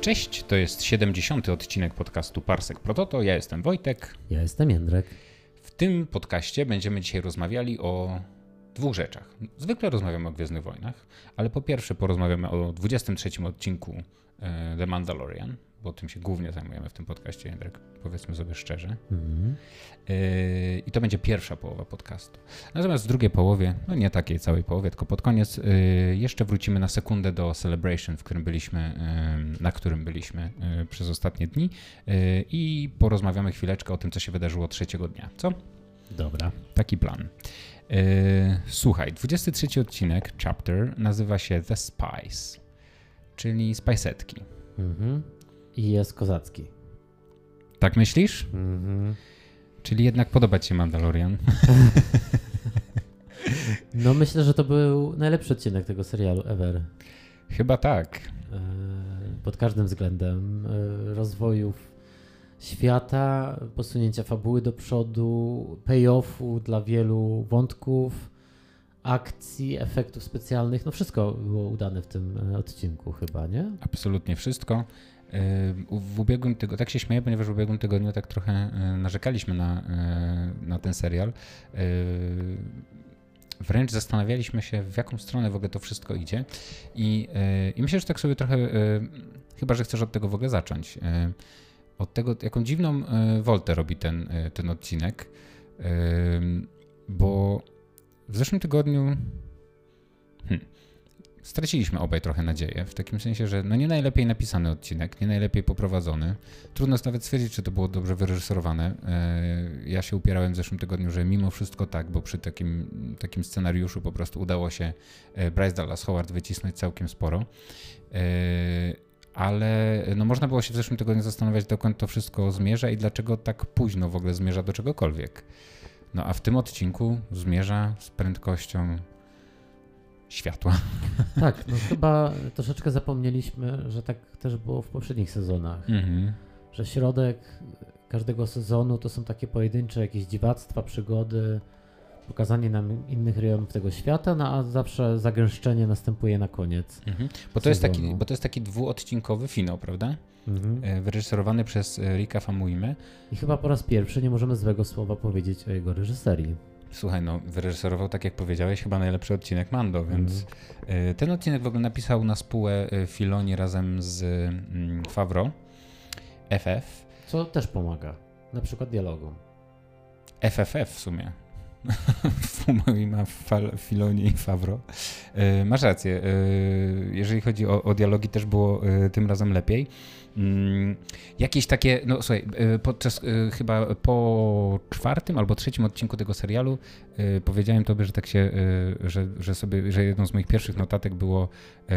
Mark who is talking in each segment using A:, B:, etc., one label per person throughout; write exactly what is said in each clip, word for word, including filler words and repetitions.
A: Cześć, to jest siedemdziesiąty odcinek podcastu Parsek Prototo. Ja jestem Wojtek.
B: Ja jestem Jędrek.
A: W tym podcaście będziemy dzisiaj rozmawiali o dwóch rzeczach. Zwykle rozmawiamy o Gwiezdnych Wojnach, ale po pierwsze porozmawiamy o dwudziestym trzecim odcinku The Mandalorian, bo tym się głównie zajmujemy w tym podcaście, Jędrek, powiedzmy sobie szczerze. Mm-hmm. Yy, I to będzie pierwsza połowa podcastu. Natomiast w drugiej połowie, no nie takiej całej połowie, tylko pod koniec, yy, jeszcze wrócimy na sekundę do Celebration, w którym byliśmy, yy, na którym byliśmy yy, przez ostatnie dni yy, i porozmawiamy chwileczkę o tym, co się wydarzyło trzeciego dnia. Co?
B: Dobra.
A: Taki plan. Yy, słuchaj, dwudziesty trzeci odcinek, chapter, nazywa się The Spice, czyli spajsetki.
B: Mhm. I jest kozacki.
A: Tak myślisz?
B: Mhm. Czyli
A: jednak podoba ci się Mandalorian?
B: No myślę, że to był najlepszy odcinek tego serialu ever.
A: Chyba tak.
B: Pod każdym względem rozwojów świata, posunięcia fabuły do przodu, payoffu dla wielu wątków, akcji, efektów specjalnych. No wszystko było udane w tym odcinku chyba, nie?
A: Absolutnie wszystko. W ubiegłym tygodniu, tak się śmieję, ponieważ w ubiegłym tygodniu tak trochę narzekaliśmy na, na ten serial. Wręcz zastanawialiśmy się, w jaką stronę w ogóle to wszystko idzie. I, i myślę, że tak sobie trochę, chyba że chcesz od tego w ogóle zacząć. Od tego, jaką dziwną woltę robi ten, ten odcinek. Bo w zeszłym tygodniu hmm, straciliśmy obaj trochę nadzieję, w takim sensie, że no nie najlepiej napisany odcinek, nie najlepiej poprowadzony. Trudno jest nawet stwierdzić, czy to było dobrze wyreżyserowane. Ja się upierałem w zeszłym tygodniu, że mimo wszystko tak, bo przy takim, takim scenariuszu po prostu udało się Bryce Dallas Howard wycisnąć całkiem sporo. Ale no można było się w zeszłym tygodniu zastanawiać, dokąd to wszystko zmierza i dlaczego tak późno w ogóle zmierza do czegokolwiek. No a w tym odcinku zmierza z prędkością światła.
B: Tak, no chyba troszeczkę zapomnieliśmy, że tak też było w poprzednich sezonach. Mm-hmm. Że środek każdego sezonu to są takie pojedyncze jakieś dziwactwa, przygody, pokazanie nam innych rejonów tego świata, no a zawsze zagęszczenie następuje na koniec. Mm-hmm.
A: Bo, to jest taki, bo to jest taki dwuodcinkowy finał, prawda? Mm-hmm. Wyreżyserowany przez Ricka Famuyiwę.
B: I chyba po raz pierwszy nie możemy złego słowa powiedzieć o jego reżyserii.
A: Słuchaj, no wyreżyserował, tak jak powiedziałeś, chyba najlepszy odcinek Mando, więc mm. ten odcinek w ogóle napisał na spółę Filoni razem z mm, Favreau, F F.
B: Co też pomaga, na przykład dialogom.
A: F F F w sumie. Famuyiwa, Filoni i Favreau. Yy, masz rację, yy, jeżeli chodzi o, o dialogi, też było yy, tym razem lepiej. Yy, jakieś takie, no słuchaj, yy, podczas yy, chyba po czwartym albo trzecim odcinku tego serialu yy, powiedziałem tobie, że tak się, yy, że, że sobie, że jedną z moich pierwszych notatek było yy,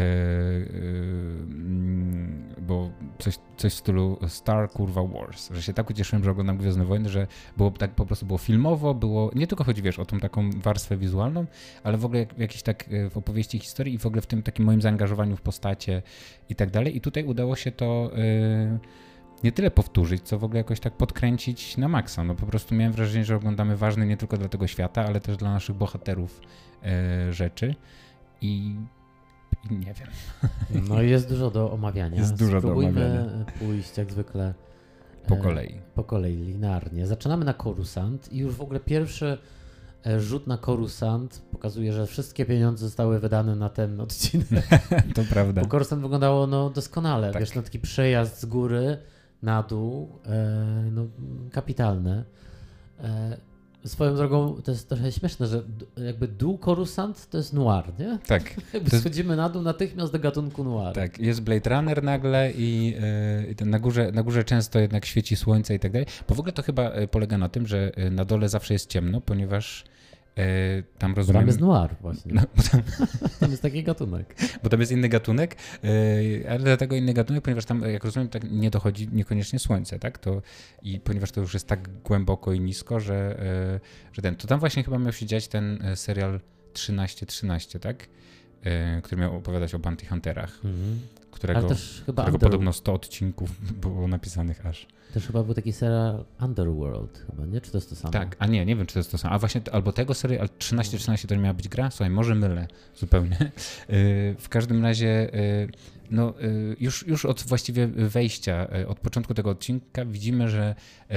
A: yy, bo coś, coś w stylu Star Kurwa Wars, że się tak ucieszyłem, że oglądam Gwiezdne Wojny, że było tak po prostu było filmowo, było, nie tylko chodzi, wiesz, o tą taką warstwę wizualną, ale w ogóle w jakiejś tak w opowieści historii i w ogóle w tym takim moim zaangażowaniu w postacie i tak dalej. I tutaj udało się to yy, nie tyle powtórzyć, co w ogóle jakoś tak podkręcić na maksa. No po prostu miałem wrażenie, że oglądamy ważne nie tylko dla tego świata, ale też dla naszych bohaterów yy, rzeczy i I nie wiem.
B: No i jest dużo do omawiania.
A: Jest dużo
B: Spróbujmy
A: do omawiania.
B: pójść jak zwykle
A: po kolei.
B: E, po kolei, linearnie. Zaczynamy na Coruscant i już w ogóle pierwszy rzut na Coruscant pokazuje, że wszystkie pieniądze zostały wydane na ten odcinek.
A: To prawda.
B: Bo Coruscant wyglądało no, doskonale.
A: Tak.
B: Wiesz, no, taki przejazd z góry na dół, e, no, kapitalne. E, Swoją drogą to jest trochę śmieszne, że jakby dół Coruscant to jest noir, nie?
A: Tak.
B: Jakby
A: jest...
B: schodzimy na dół natychmiast do gatunku noir.
A: Tak, jest Blade Runner nagle i, yy, i ten na, górze, na górze często jednak świeci słońce i tak dalej. Bo w ogóle to chyba polega na tym, że na dole zawsze jest ciemno, ponieważ yy, tam rozumiem...
B: Tam jest noir właśnie.
A: No, bo tam...
B: tam jest taki gatunek.
A: Bo tam jest inny gatunek, yy, ale dlatego inny gatunek, ponieważ tam, jak rozumiem, tak nie dochodzi niekoniecznie słońce, tak? To, i ponieważ to już jest tak głęboko i nisko, że, yy, że ten... To tam właśnie chyba miał się dziać ten serial trzynaście trzynaście, tak? Yy, który miał opowiadać o bounty hunterach. Mm-hmm. którego,
B: też chyba
A: którego
B: Under...
A: podobno sto odcinków było napisanych aż.
B: Też chyba był taki serial Underworld chyba, nie? Czy to jest to samo?
A: Tak, a nie, nie wiem, czy to jest to samo. A właśnie albo tego serii, ale trzynaście trzynaście to nie miała być gra? Słuchaj, może mylę zupełnie. W każdym razie no, już, już od właściwie wejścia, od początku tego odcinka widzimy, że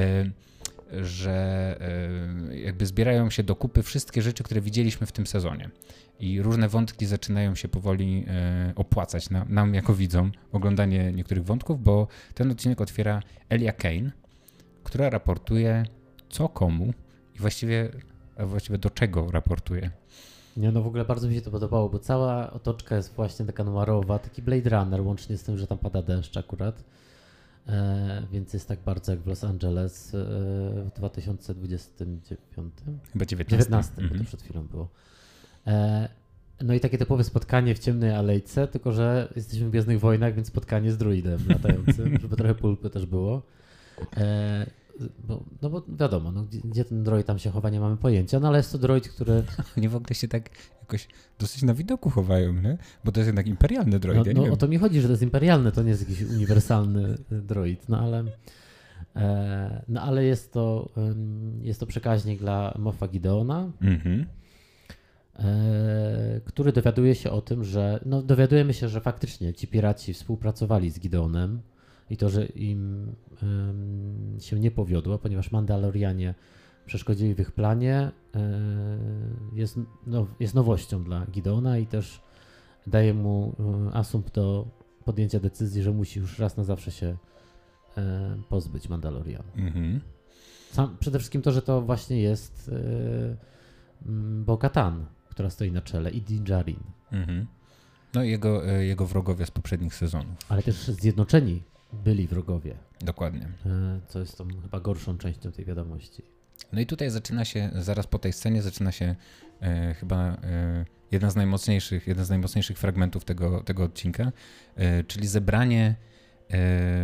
A: że jakby zbierają się do kupy wszystkie rzeczy, które widzieliśmy w tym sezonie. I różne wątki zaczynają się powoli opłacać nam, nam jako widzom oglądanie niektórych wątków, bo ten odcinek otwiera Elia Kane, która raportuje co komu i właściwie, a właściwie do czego raportuje.
B: Nie, no w ogóle bardzo mi się to podobało, bo cała otoczka jest właśnie taka noirowa, taki Blade Runner, łącznie z tym, że tam pada deszcz akurat. E, więc jest tak bardzo jak w Los Angeles e, w dwa tysiące dwudziestym dziewiątym?
A: Chyba dziewiętnastym.
B: dziewiętnastym,
A: Mhm.
B: bo to przed chwilą było. E, no i takie typowe spotkanie w ciemnej alejce, tylko że jesteśmy w Gwiezdnych Wojnach, więc spotkanie z druidem latającym, żeby trochę pulpy też było. E, bo, no bo wiadomo, no, gdzie, gdzie ten droid tam się chowa, nie mamy pojęcia, no ale jest to droid, który...
A: Oni w ogóle się tak jakoś dosyć na widoku chowają, nie? Bo to jest jednak imperialny droid.
B: No,
A: ja
B: no
A: nie
B: o
A: wiem.
B: to mi chodzi, że to jest imperialny, to nie jest jakiś uniwersalny droid, no ale, e, no ale jest to, um, jest to przekaźnik dla Moffa Gideona,
A: Mhm.
B: e, który dowiaduje się o tym, że, no dowiadujemy się, że faktycznie ci piraci współpracowali z Gideonem i to, że im um, się nie powiodło, ponieważ Mandalorianie przeszkodzili w ich planie, e, jest, no, jest nowością dla Gideona i też daje mu e, asumpt do podjęcia decyzji, że musi już raz na zawsze się e, pozbyć Mandalorian.
A: Mhm.
B: Sam, przede wszystkim to, że to właśnie jest e, Bo-Katan, która stoi na czele, i Din Djarin.
A: Mhm. No i jego, e, jego wrogowie z poprzednich sezonów.
B: Ale też zjednoczeni byli wrogowie,
A: Dokładnie.
B: e, co jest tą chyba gorszą częścią tej wiadomości.
A: No i tutaj zaczyna się, zaraz po tej scenie zaczyna się e, chyba e, jedna z najmocniejszych, jeden z najmocniejszych fragmentów tego, tego odcinka, e, czyli zebranie e,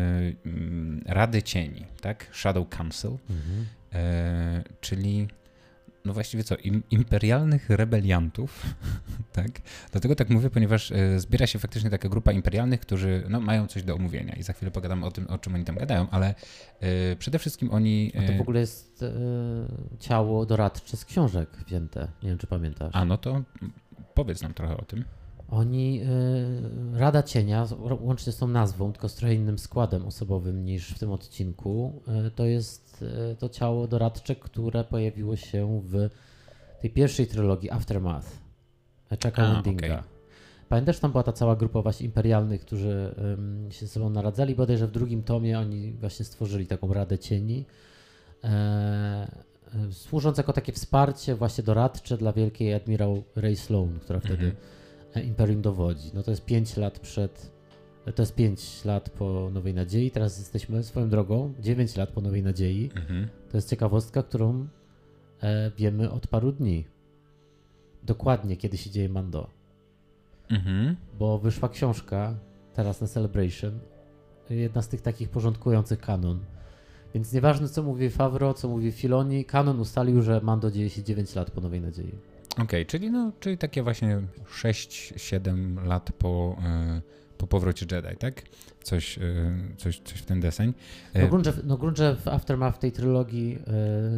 A: m, Rady Cieni, tak? Shadow Council,
B: Mhm.
A: e, czyli no właściwie co, im, imperialnych rebeliantów, tak? Dlatego tak mówię, ponieważ e, zbiera się faktycznie taka grupa imperialnych, którzy no, mają coś do omówienia i za chwilę pogadam o tym, o czym oni tam gadają, ale e, przede wszystkim oni... E,
B: A to w ogóle jest e, ciało doradcze z książek wzięte, nie wiem czy pamiętasz.
A: A no to powiedz nam trochę o tym.
B: Oni, y, Rada Cienia, z- łącznie z tą nazwą, tylko z trochę innym składem osobowym niż w tym odcinku, y, to jest y, to ciało doradcze, które pojawiło się w tej pierwszej trylogii Aftermath, Chucka
A: A,
B: Wendinga.
A: okej.
B: Pamiętasz, tam była ta cała grupa właśnie imperialnych, którzy ym, się ze sobą naradzali, bodajże w drugim tomie oni właśnie stworzyli taką Radę Cieni, e, e, służąc jako takie wsparcie właśnie doradcze dla wielkiej admirał Ray Sloan, która wtedy
A: Mhm.
B: e, Imperium dowodzi. No to jest pięć lat przed, to jest pięć lat po Nowej Nadziei, teraz jesteśmy swoją drogą, dziewięć lat po Nowej Nadziei.
A: Mhm.
B: To jest ciekawostka, którą e, wiemy od paru dni. Dokładnie, kiedy się dzieje Mando.
A: Mhm.
B: Bo wyszła książka teraz na Celebration, jedna z tych takich porządkujących kanon. Więc nieważne co mówi Favreau, co mówi Filoni, kanon ustalił, że Mando dzieje się dziewięć lat po Nowej Nadziei.
A: Okej, czyli no, czyli takie właśnie sześć siedem lat po, e, po powrocie Jedi, tak? Coś, e, coś, coś w ten deseń. E,
B: No grunt, że, no grunt, że w Aftermath tej trylogii yy,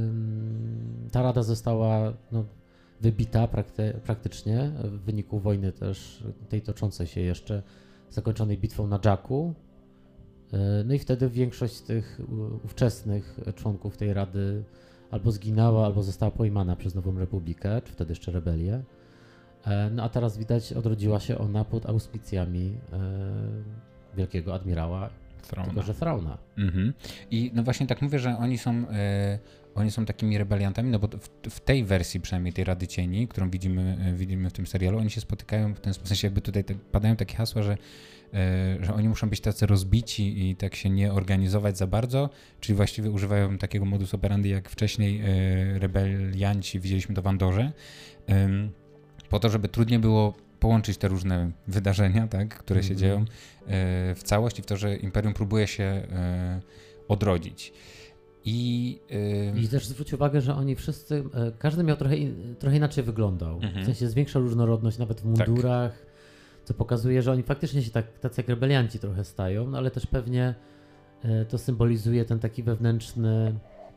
B: ta rada została no, wybita prakty, praktycznie w wyniku wojny też tej toczącej się jeszcze, zakończonej bitwą na Jakku. Yy, no i wtedy większość z tych u- ówczesnych członków tej rady albo zginęła, albo została pojmana przez Nową Republikę, czy wtedy jeszcze rebelię. E, No a teraz widać odrodziła się ona pod auspicjami e, wielkiego admirała,
A: Thrauna.
B: tylko że Thrauna.
A: Mhm. I no właśnie tak mówię, że oni są, e, oni są takimi rebeliantami, no bo w, w tej wersji przynajmniej tej Rady Cieni, którą widzimy, e, widzimy w tym serialu, oni się spotykają w ten sposób, w sensie jakby tutaj te, padają takie hasła, że, e, że oni muszą być tacy rozbici i tak się nie organizować za bardzo, czyli właściwie używają takiego modus operandi jak wcześniej e, rebelianci, widzieliśmy to w Andorze, em, po to, żeby trudniej było połączyć te różne wydarzenia, tak, które się
B: Mhm.
A: dzieją e, w całość i w to, że Imperium próbuje się e, odrodzić. I, e,
B: I też zwróć uwagę, że oni wszyscy, e, każdy miał trochę, in, trochę inaczej wyglądał.
A: Mhm.
B: W sensie jest większa różnorodność nawet w mundurach. Co pokazuje, że oni faktycznie się tak, tacy jak rebelianci trochę stają, no ale też pewnie e, to symbolizuje ten taki wewnętrzny,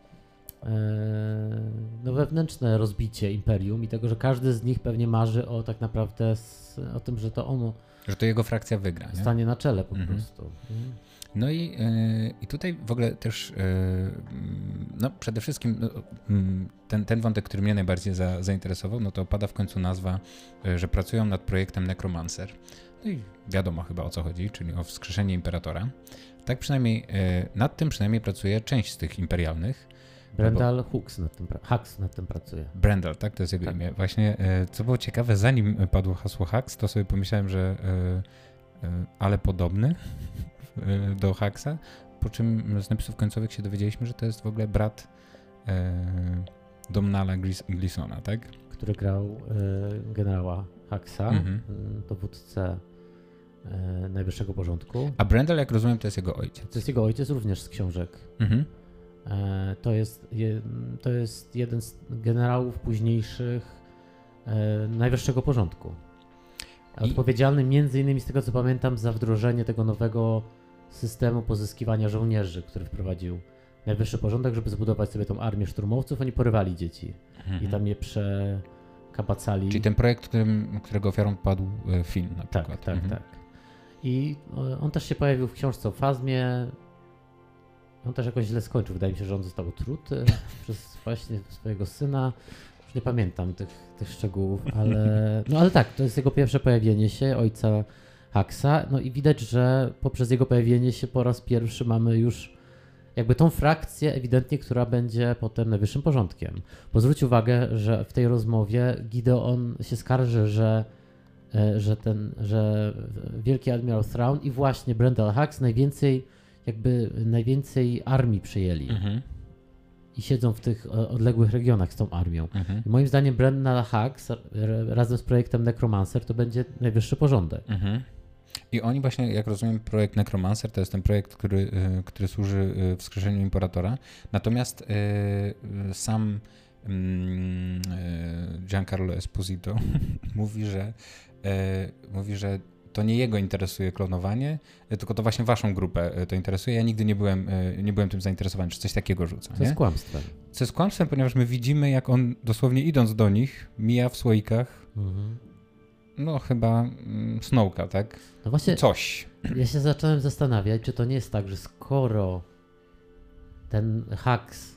B: e, no wewnętrzne rozbicie imperium i tego, że każdy z nich pewnie marzy o tak naprawdę z, o tym, że to ono
A: że to jego frakcja wygra. Nie?
B: Stanie na czele po
A: mhm.
B: prostu. Nie?
A: No i, yy, i tutaj w ogóle też yy, no przede wszystkim yy, ten, ten wątek, który mnie najbardziej za, zainteresował, no to pada w końcu nazwa, yy, że pracują nad projektem Necromancer. No i wiadomo chyba o co chodzi, czyli o wskrzeszenie Imperatora. Tak przynajmniej, yy, nad tym przynajmniej pracuje część z tych imperialnych.
B: Brendal no Hux nad tym, Hux nad tym pracuje.
A: Brendal, tak? To jest jego tak. imię. Właśnie, yy, co było ciekawe, zanim padło hasło Hux, to sobie pomyślałem, że yy, yy, ale podobny do Huxa, po czym z napisów końcowych się dowiedzieliśmy, że to jest w ogóle brat e, Domhnalla Gleesona, tak?
B: Który grał e, generała Huxa, mm-hmm. dowódcę e, najwyższego porządku.
A: A Brendal, jak rozumiem, to jest jego ojciec.
B: To jest jego ojciec również z książek.
A: Mm-hmm.
B: E, to, jest je, to jest jeden z generałów późniejszych e, najwyższego porządku. I... Odpowiedzialny między innymi, z tego co pamiętam, za wdrożenie tego nowego systemu pozyskiwania żołnierzy, który wprowadził najwyższy porządek, żeby zbudować sobie tą armię szturmowców. Oni porywali dzieci mhm. i tam je przekabacali.
A: Czyli ten projekt, którym, którego ofiarą padł film na przykład.
B: Tak, tak,
A: mhm.
B: tak. I on też się pojawił w książce o Fazmie. On też jakoś źle skończył. Wydaje mi się, że on został otruty przez właśnie swojego syna. Już nie pamiętam tych, tych szczegółów, ale no ale tak, to jest jego pierwsze pojawienie się, ojca Huxa, no i widać, że poprzez jego pojawienie się po raz pierwszy mamy już jakby tą frakcję ewidentnie, która będzie potem najwyższym porządkiem. Bo zwróć uwagę, że w tej rozmowie Gideon się skarży, że, że ten, że wielki admirał Thrawn i właśnie Brendal Hux najwięcej jakby najwięcej armii przyjęli. Mhm. I siedzą w tych odległych regionach z tą armią. Mhm. I moim zdaniem Brendal Hux razem z projektem Necromancer to będzie najwyższy porządek. Mhm.
A: I oni właśnie, jak rozumiem, projekt Necromancer to jest ten projekt, który, który służy wskrzeszeniu Imperatora. Natomiast y, sam y, Giancarlo Esposito mówi, że, y, mówi, że to nie jego interesuje klonowanie, tylko to właśnie waszą grupę to interesuje. Ja nigdy nie byłem, nie byłem tym zainteresowany, czy coś takiego rzuca.
B: Co jest kłamstwem.
A: Co jest kłamstwem, ponieważ my widzimy, jak on dosłownie idąc do nich, mija w słoikach mhm. no chyba mm, Snowka, tak?
B: No właśnie,
A: coś.
B: Ja się zacząłem zastanawiać, czy to nie jest tak, że skoro ten Hux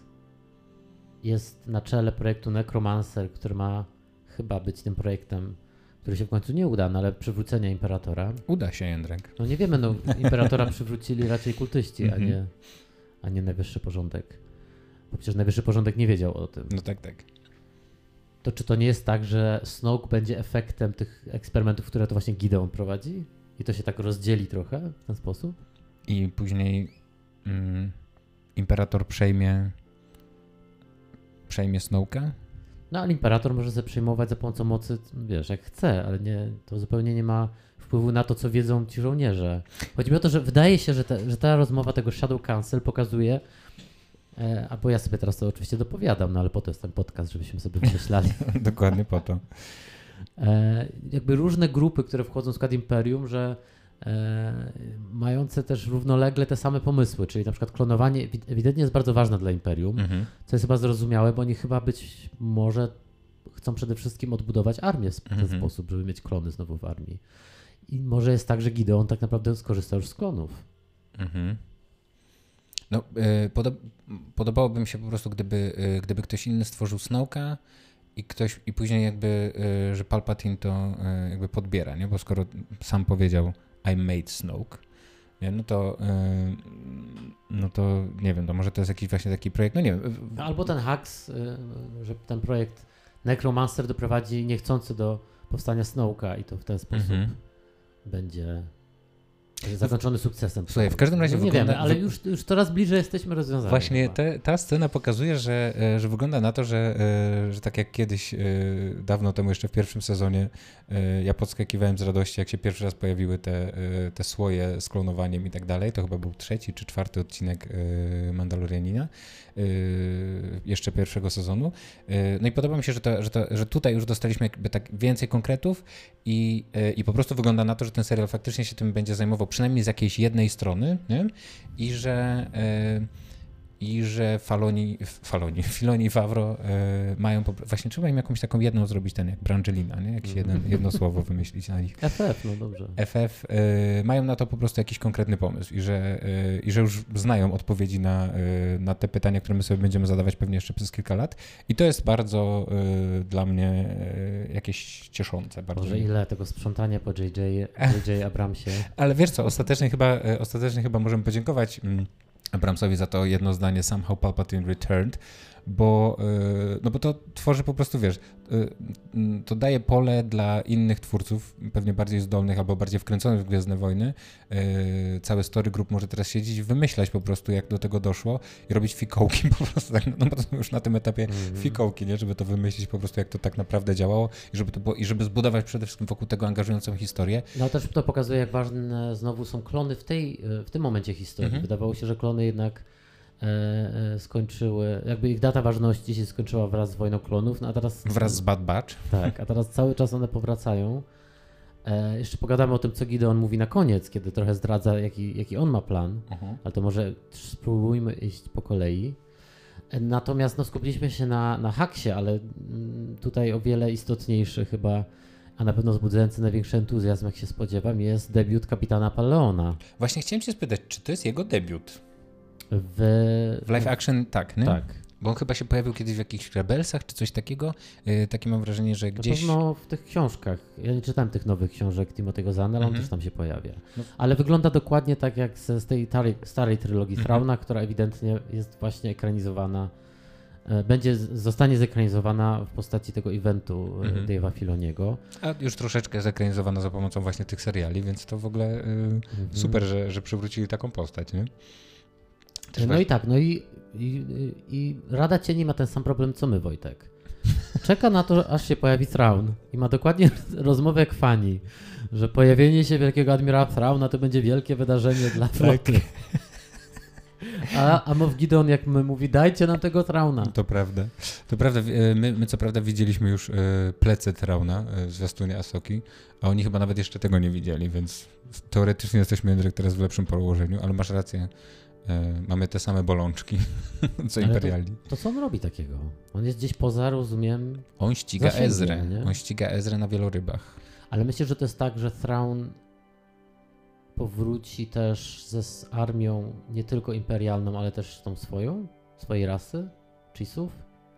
B: jest na czele projektu Necromancer, który ma chyba być tym projektem, który się w końcu nie uda, no ale przywrócenia Imperatora.
A: Uda się, Jędrek.
B: No nie wiemy, no Imperatora przywrócili raczej kultyści, a nie, a nie najwyższy porządek. Bo przecież najwyższy porządek nie wiedział o tym.
A: No tak, tak.
B: To czy to nie jest tak, że Snoke będzie efektem tych eksperymentów, które to właśnie Gideon prowadzi? I to się tak rozdzieli trochę w ten sposób?
A: I później mm, Imperator przejmie przejmie Snowka?
B: No ale Imperator może sobie przejmować za pomocą mocy, wiesz, jak chce, ale nie, to zupełnie nie ma wpływu na to, co wiedzą ci żołnierze. Chodzi mi o to, że wydaje się, że, te, że ta rozmowa tego Shadow Council pokazuje, e, albo ja sobie teraz to oczywiście dopowiadam, no ale po to jest ten podcast, żebyśmy sobie wymyślali.
A: Dokładnie po to.
B: E, jakby różne grupy, które wchodzą w skład Imperium, że e, mające też równolegle te same pomysły, czyli na przykład klonowanie ewidentnie jest bardzo ważne dla Imperium, mhm. co jest chyba zrozumiałe, bo oni chyba być może chcą przede wszystkim odbudować armię w ten mhm. sposób, żeby mieć klony znowu w armii. I może jest tak, że Gideon tak naprawdę skorzysta już z klonów. Mhm.
A: No, y, podob- podobałoby mi się po prostu, gdyby, y, gdyby ktoś inny stworzył Snowka i ktoś i później jakby, y, że Palpatine to y, jakby podbiera, nie? Bo skoro sam powiedział I made Snoke, nie? No to y, no to nie wiem, to może to jest jakiś właśnie taki projekt, no nie wiem.
B: Albo ten Hux, y, że ten projekt Necromancer doprowadzi niechcący do powstania Snowka i to w ten sposób mhm. będzie... zakończony sukcesem.
A: Słuchaj, w każdym razie
B: no, nie
A: wygląda...
B: wiemy, ale już, już coraz bliżej jesteśmy rozwiązania.
A: Właśnie te, ta scena pokazuje, że, że wygląda na to, że, że tak jak kiedyś, dawno temu jeszcze w pierwszym sezonie, ja podskakiwałem z radości, jak się pierwszy raz pojawiły te, te słoje z klonowaniem i tak dalej. To chyba był trzeci czy czwarty odcinek Mandalorianina, jeszcze pierwszego sezonu. No i podoba mi się, że, to, że, to, że tutaj już dostaliśmy jakby tak więcej konkretów i, i po prostu wygląda na to, że ten serial faktycznie się tym będzie zajmował, przynajmniej z jakiejś jednej strony, nie? I że i że Faloni, Faloni, Filoni i Favreau e, mają, po, właśnie trzeba im jakąś taką jedną zrobić, ten jak Brangelina, nie? Jakieś jeden, jedno słowo wymyślić na nich.
B: F F, no dobrze.
A: F F e, mają na to po prostu jakiś konkretny pomysł i że, e, i że już znają odpowiedzi na, e, na te pytania, które my sobie będziemy zadawać pewnie jeszcze przez kilka lat i to jest bardzo e, dla mnie e, jakieś cieszące. Bardzo.
B: Boże, ile tego sprzątania po J J, J J Abramsie.
A: Ale wiesz co, ostatecznie chyba, e, ostatecznie chyba możemy podziękować mm, Abramsowi za to jedno zdanie Somehow Palpatine Returned, bo, no bo to tworzy po prostu, wiesz, to daje pole dla innych twórców, pewnie bardziej zdolnych albo bardziej wkręconych w Gwiezdne Wojny. Cały story group może teraz siedzieć i wymyślać po prostu, jak do tego doszło i robić fikołki po prostu, tak, no bo to już na tym etapie mm. fikołki, nie, żeby to wymyślić po prostu, jak to tak naprawdę działało i żeby to było, i żeby zbudować przede wszystkim wokół tego angażującą historię.
B: No też to pokazuje, jak ważne znowu są klony w tej, w tym momencie historii. Mm-hmm. Wydawało się, że klony jednak e, e, skończyły, jakby ich data ważności się skończyła wraz z Wojną Klonów, no a teraz...
A: Wraz z Bad Batch.
B: Tak, a teraz cały czas one powracają. E, jeszcze pogadamy o tym, co Gideon mówi na koniec, kiedy trochę zdradza, jaki, jaki on ma plan, uh-huh. ale to może spróbujmy iść po kolei. E, natomiast no, skupiliśmy się na, na Haksie, ale m, tutaj o wiele istotniejszy chyba, a na pewno wzbudzający największy entuzjazm, jak się spodziewam, jest debiut kapitana Paleona.
A: Właśnie chciałem się spytać, czy to jest jego debiut?
B: W,
A: w live action tak, nie?
B: Tak.
A: Bo on chyba się pojawił kiedyś w jakichś Rebelsach czy coś takiego. Yy, takie mam wrażenie, że gdzieś...
B: Na pewno w tych książkach. Ja nie czytałem tych nowych książek Timothy'ego Zahna, ale on
A: mhm.
B: też tam się pojawia. No.
A: Ale
B: wygląda dokładnie tak jak z, z tej tarej, starej trylogii
A: mhm.
B: Thrauna, która ewidentnie jest właśnie ekranizowana. Będzie, zostanie zekranizowana w postaci tego eventu mhm. Dave'a Filoniego.
A: A już troszeczkę zekranizowana za pomocą właśnie tych seriali, więc to w ogóle yy, mhm. super, że, że przywrócili taką postać, nie?
B: Też no właśnie... i tak, no i, i, i Rada Cieni ma ten sam problem co my, Wojtek. Czeka na to, aż się pojawi Thrawn i ma dokładnie rozmowę jak Fani, że pojawienie się wielkiego admirała Thrawna to będzie wielkie wydarzenie dla floty. Tak. A, a Moff Gideon, jak my mówi, dajcie nam tego Thrawna.
A: To prawda. To prawda. My, my co prawda widzieliśmy już plecy Thrawna w zwiastunie Asoki, a oni chyba nawet jeszcze tego nie widzieli, więc teoretycznie jesteśmy direkt teraz w lepszym położeniu, ale masz rację. Mamy te same bolączki, co
B: ale
A: imperiali.
B: To, to co on robi takiego? On jest gdzieś poza, rozumiem...
A: On ściga Ezrę. On ściga Ezrę na wielorybach.
B: Ale myślę, że to jest tak, że Thrawn powróci też ze z armią nie tylko imperialną, ale też tą swoją? Swojej rasy? Chisów?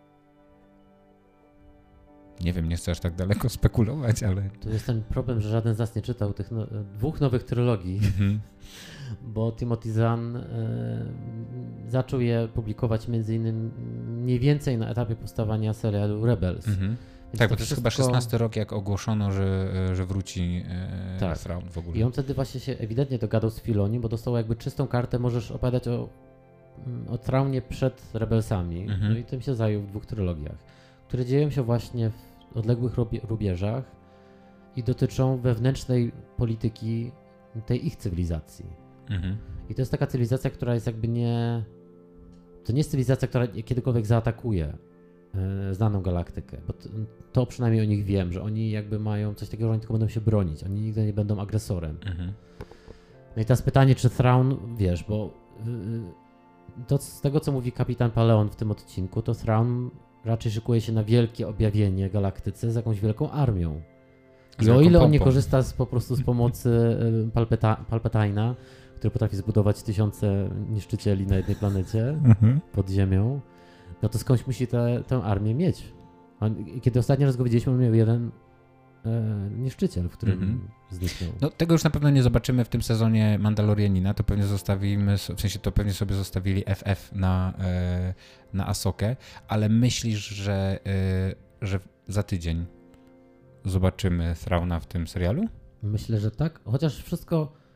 B: Nie
A: wiem, nie chcę aż tak daleko spekulować, ale...
B: To jest ten problem, że żaden z nas nie czytał tych no, dwóch nowych trylogii, mm-hmm. bo Timothy Zahn e, zaczął je publikować między innymi mniej więcej na etapie powstawania serialu Rebels. Mm-hmm.
A: Tak, bo to jest wszystko... chyba szesnasty rok, jak ogłoszono, że, że wróci e,
B: tak.
A: Thrawn w ogóle.
B: I on wtedy właśnie się ewidentnie dogadał z Filoni, bo dostał jakby czystą kartę, możesz opowiadać o, o Thrawnie przed Rebelsami. Mm-hmm. No i tym się zajął w dwóch trylogiach, które dzieją się właśnie w odległych rubieżach i dotyczą wewnętrznej polityki tej ich cywilizacji. Mhm. I to jest taka cywilizacja, która jest jakby nie... To nie jest cywilizacja, która kiedykolwiek zaatakuje e, znaną galaktykę, bo to, to przynajmniej o nich wiem, że oni jakby mają coś takiego, że oni tylko będą się bronić, oni nigdy nie będą agresorem. Mhm. No i teraz pytanie, czy Thrawn, wiesz, bo y, to z tego, co mówi kapitan Paleon w tym odcinku, to Thrawn raczej szykuje się na wielkie objawienie galaktyce z jakąś wielką armią. I z o ile on nie korzysta z, po prostu z pomocy Palpeta, Palpatine'a, który potrafi zbudować tysiące niszczycieli na jednej planecie mhm. pod ziemią, no to skądś musi tę armię mieć. On, kiedy ostatnio raz go widzieliśmy, on miał jeden e, niszczyciel, w którym mhm. zniknął.
A: No tego już na pewno nie zobaczymy w tym sezonie Mandalorianina, to pewnie zostawimy, w sensie to pewnie sobie zostawili F F na, e, na Asokę, ale myślisz, że, e, że za tydzień zobaczymy Thrawna w tym serialu?
B: Myślę, że tak, chociaż wszystko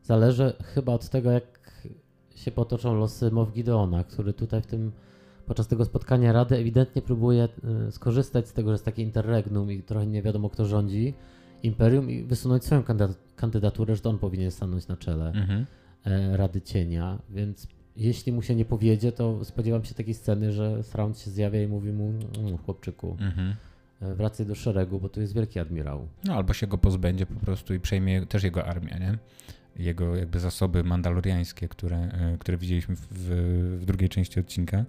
B: zależy chyba od tego, jak się potoczą losy Moff Gideona, który tutaj w tym podczas tego spotkania Rady ewidentnie próbuje y, skorzystać z tego, że jest takie interregnum i trochę nie wiadomo kto rządzi Imperium i wysunąć swoją kandydat- kandydaturę, że to on powinien stanąć na czele mhm. e, Rady Cienia, więc jeśli mu się nie powiedzie, to spodziewam się takiej sceny, że Thrawn się zjawia i mówi mu, mmm, chłopczyku, mhm. wracaj do szeregu, bo tu jest wielki admirał.
A: No albo się go pozbędzie po prostu i przejmie też jego armię, nie? Jego jakby zasoby mandaloriańskie, które, które widzieliśmy w, w drugiej części odcinka.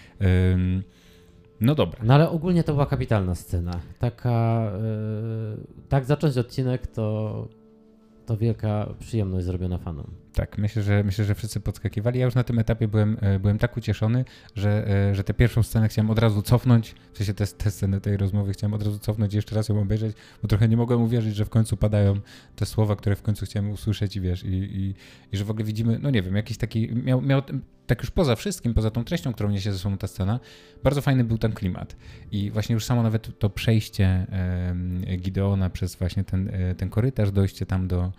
A: Um, no dobra.
B: No ale ogólnie to była kapitalna scena. Taka, yy, tak zacząć odcinek to, to wielka przyjemność zrobiona fanom.
A: Tak, myślę, że myślę, że wszyscy podskakiwali. Ja już na tym etapie byłem, byłem tak ucieszony, że, że tę pierwszą scenę chciałem od razu cofnąć, w sensie tę, tę scenę tej rozmowy chciałem od razu cofnąć i jeszcze raz ją obejrzeć, bo trochę nie mogłem uwierzyć, że w końcu padają te słowa, które w końcu chciałem usłyszeć i wiesz, i, i, i że w ogóle widzimy, no nie wiem, jakiś taki, miał, miał tak już poza wszystkim, poza tą treścią, którą niesie ze sobą ta scena, bardzo fajny był ten klimat. I właśnie już samo nawet to przejście e, Gideona przez właśnie ten, e, ten korytarz, dojście tam do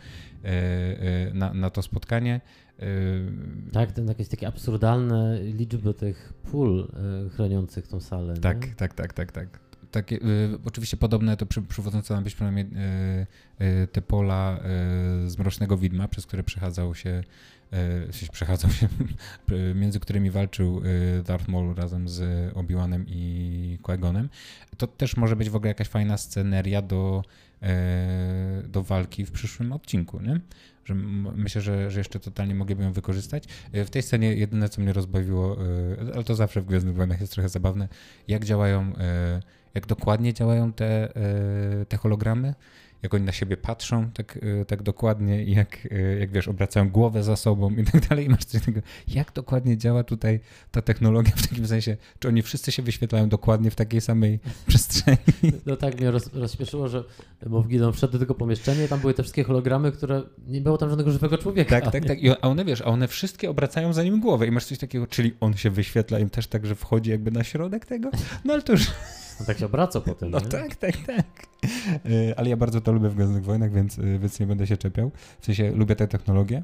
A: e, na, na to spotkanie. E,
B: tak, ten jakieś takie absurdalne liczby tych pól e, chroniących tą salę.
A: Tak,
B: nie?
A: tak, tak, tak, tak. Takie, y, oczywiście podobne to przy, przywodzące nam być przynajmniej y, y, te pola y, z Mrocznego Widma, przez które przechadzał się, y, przechadzał się między którymi walczył y, Darth Maul razem z Obi-Wanem i Qui-Gonem. To też może być w ogóle jakaś fajna sceneria do, y, do walki w przyszłym odcinku, nie? Że m- myślę, że, że jeszcze totalnie mogliby ją wykorzystać. Y, w tej scenie jedyne, co mnie rozbawiło, y, ale to zawsze w Gwiezdnych Wojnach jest trochę zabawne, jak działają y, jak dokładnie działają te, te hologramy, jak oni na siebie patrzą tak, tak dokładnie i jak, jak wiesz, obracają głowę za sobą i tak dalej. I masz coś takiego, jak dokładnie działa tutaj ta technologia w takim sensie, czy oni wszyscy się wyświetlają dokładnie w takiej samej przestrzeni.
B: No tak mnie roz, rozśmieszyło, że Moff Gideon wszedł do tego pomieszczenia i tam były te wszystkie hologramy, które nie było tam żadnego żywego człowieka.
A: Tak, tak, tak. I, a one, wiesz, a one wszystkie obracają za nim głowę i masz coś takiego, czyli on się wyświetla im też tak, że wchodzi jakby na środek tego? No ale to już...
B: On tak się obraca potem.
A: No
B: nie?
A: tak, tak, tak. Ale ja bardzo to lubię w Gwiezdnych Wojnach, więc, więc nie będę się czepiał. W sensie lubię tę technologię.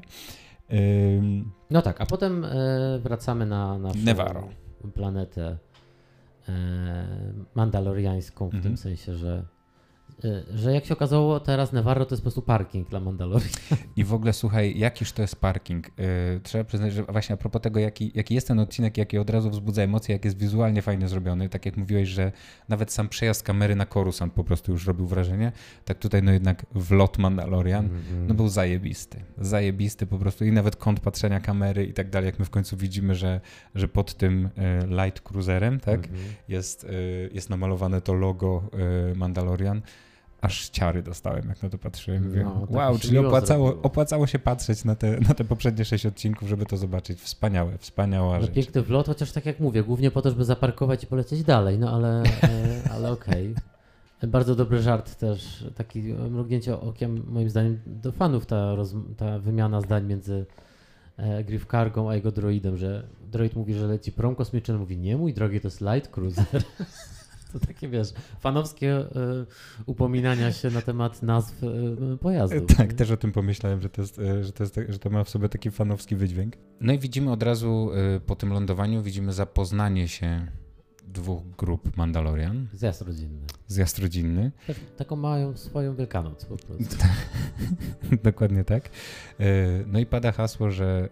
B: No tak, a potem e, wracamy na naszą
A: Nevarro.
B: planetę e, mandaloriańską w mhm. tym sensie, że że jak się okazało, teraz Nevarro to jest po prostu parking dla Mandalorii.
A: I w ogóle słuchaj, jakiż to jest parking. Yy, trzeba przyznać, że właśnie a propos tego, jaki, jaki jest ten odcinek, jaki od razu wzbudza emocje, jak jest wizualnie fajnie zrobiony, tak jak mówiłeś, że nawet sam przejazd kamery na Coruscant po prostu już robił wrażenie, tak tutaj no jednak wlot Mandalorian, mm-hmm. no był zajebisty. Zajebisty po prostu i nawet kąt patrzenia kamery i tak dalej, jak my w końcu widzimy, że, że pod tym y, light cruiserem, tak, mm-hmm. jest, y, jest namalowane to logo y, Mandalorian. Aż ciary dostałem, jak na to patrzyłem. Mówię, no, wow, czyli opłacało, opłacało się patrzeć na te, na te poprzednie sześć odcinków, żeby to zobaczyć. Wspaniałe, wspaniała
B: no,
A: rzecz.
B: Piękny wlot, chociaż tak jak mówię, głównie po to, żeby zaparkować i polecieć dalej, no ale, ale okej. Okay. Bardzo dobry żart też, taki mrugnięcie okiem moim zdaniem do fanów, ta, roz, ta wymiana zdań między e, Griff Kargą a jego droidem, że droid mówi, że leci prom kosmiczny, mówi nie, mój drogi, to jest light cruiser. To takie, wiesz, fanowskie y, upominania się na temat nazw y, pojazdów.
A: Tak,
B: nie?
A: też o tym pomyślałem, że to, jest, że, to jest, że to ma w sobie taki fanowski wydźwięk. No i widzimy od razu y, po tym lądowaniu, widzimy zapoznanie się dwóch grup Mandalorian.
B: Zjazd rodzinny.
A: Zjazd rodzinny.
B: Tak, taką mają swoją Wielkanoc po prostu.
A: Dokładnie tak. Y, no i pada hasło, że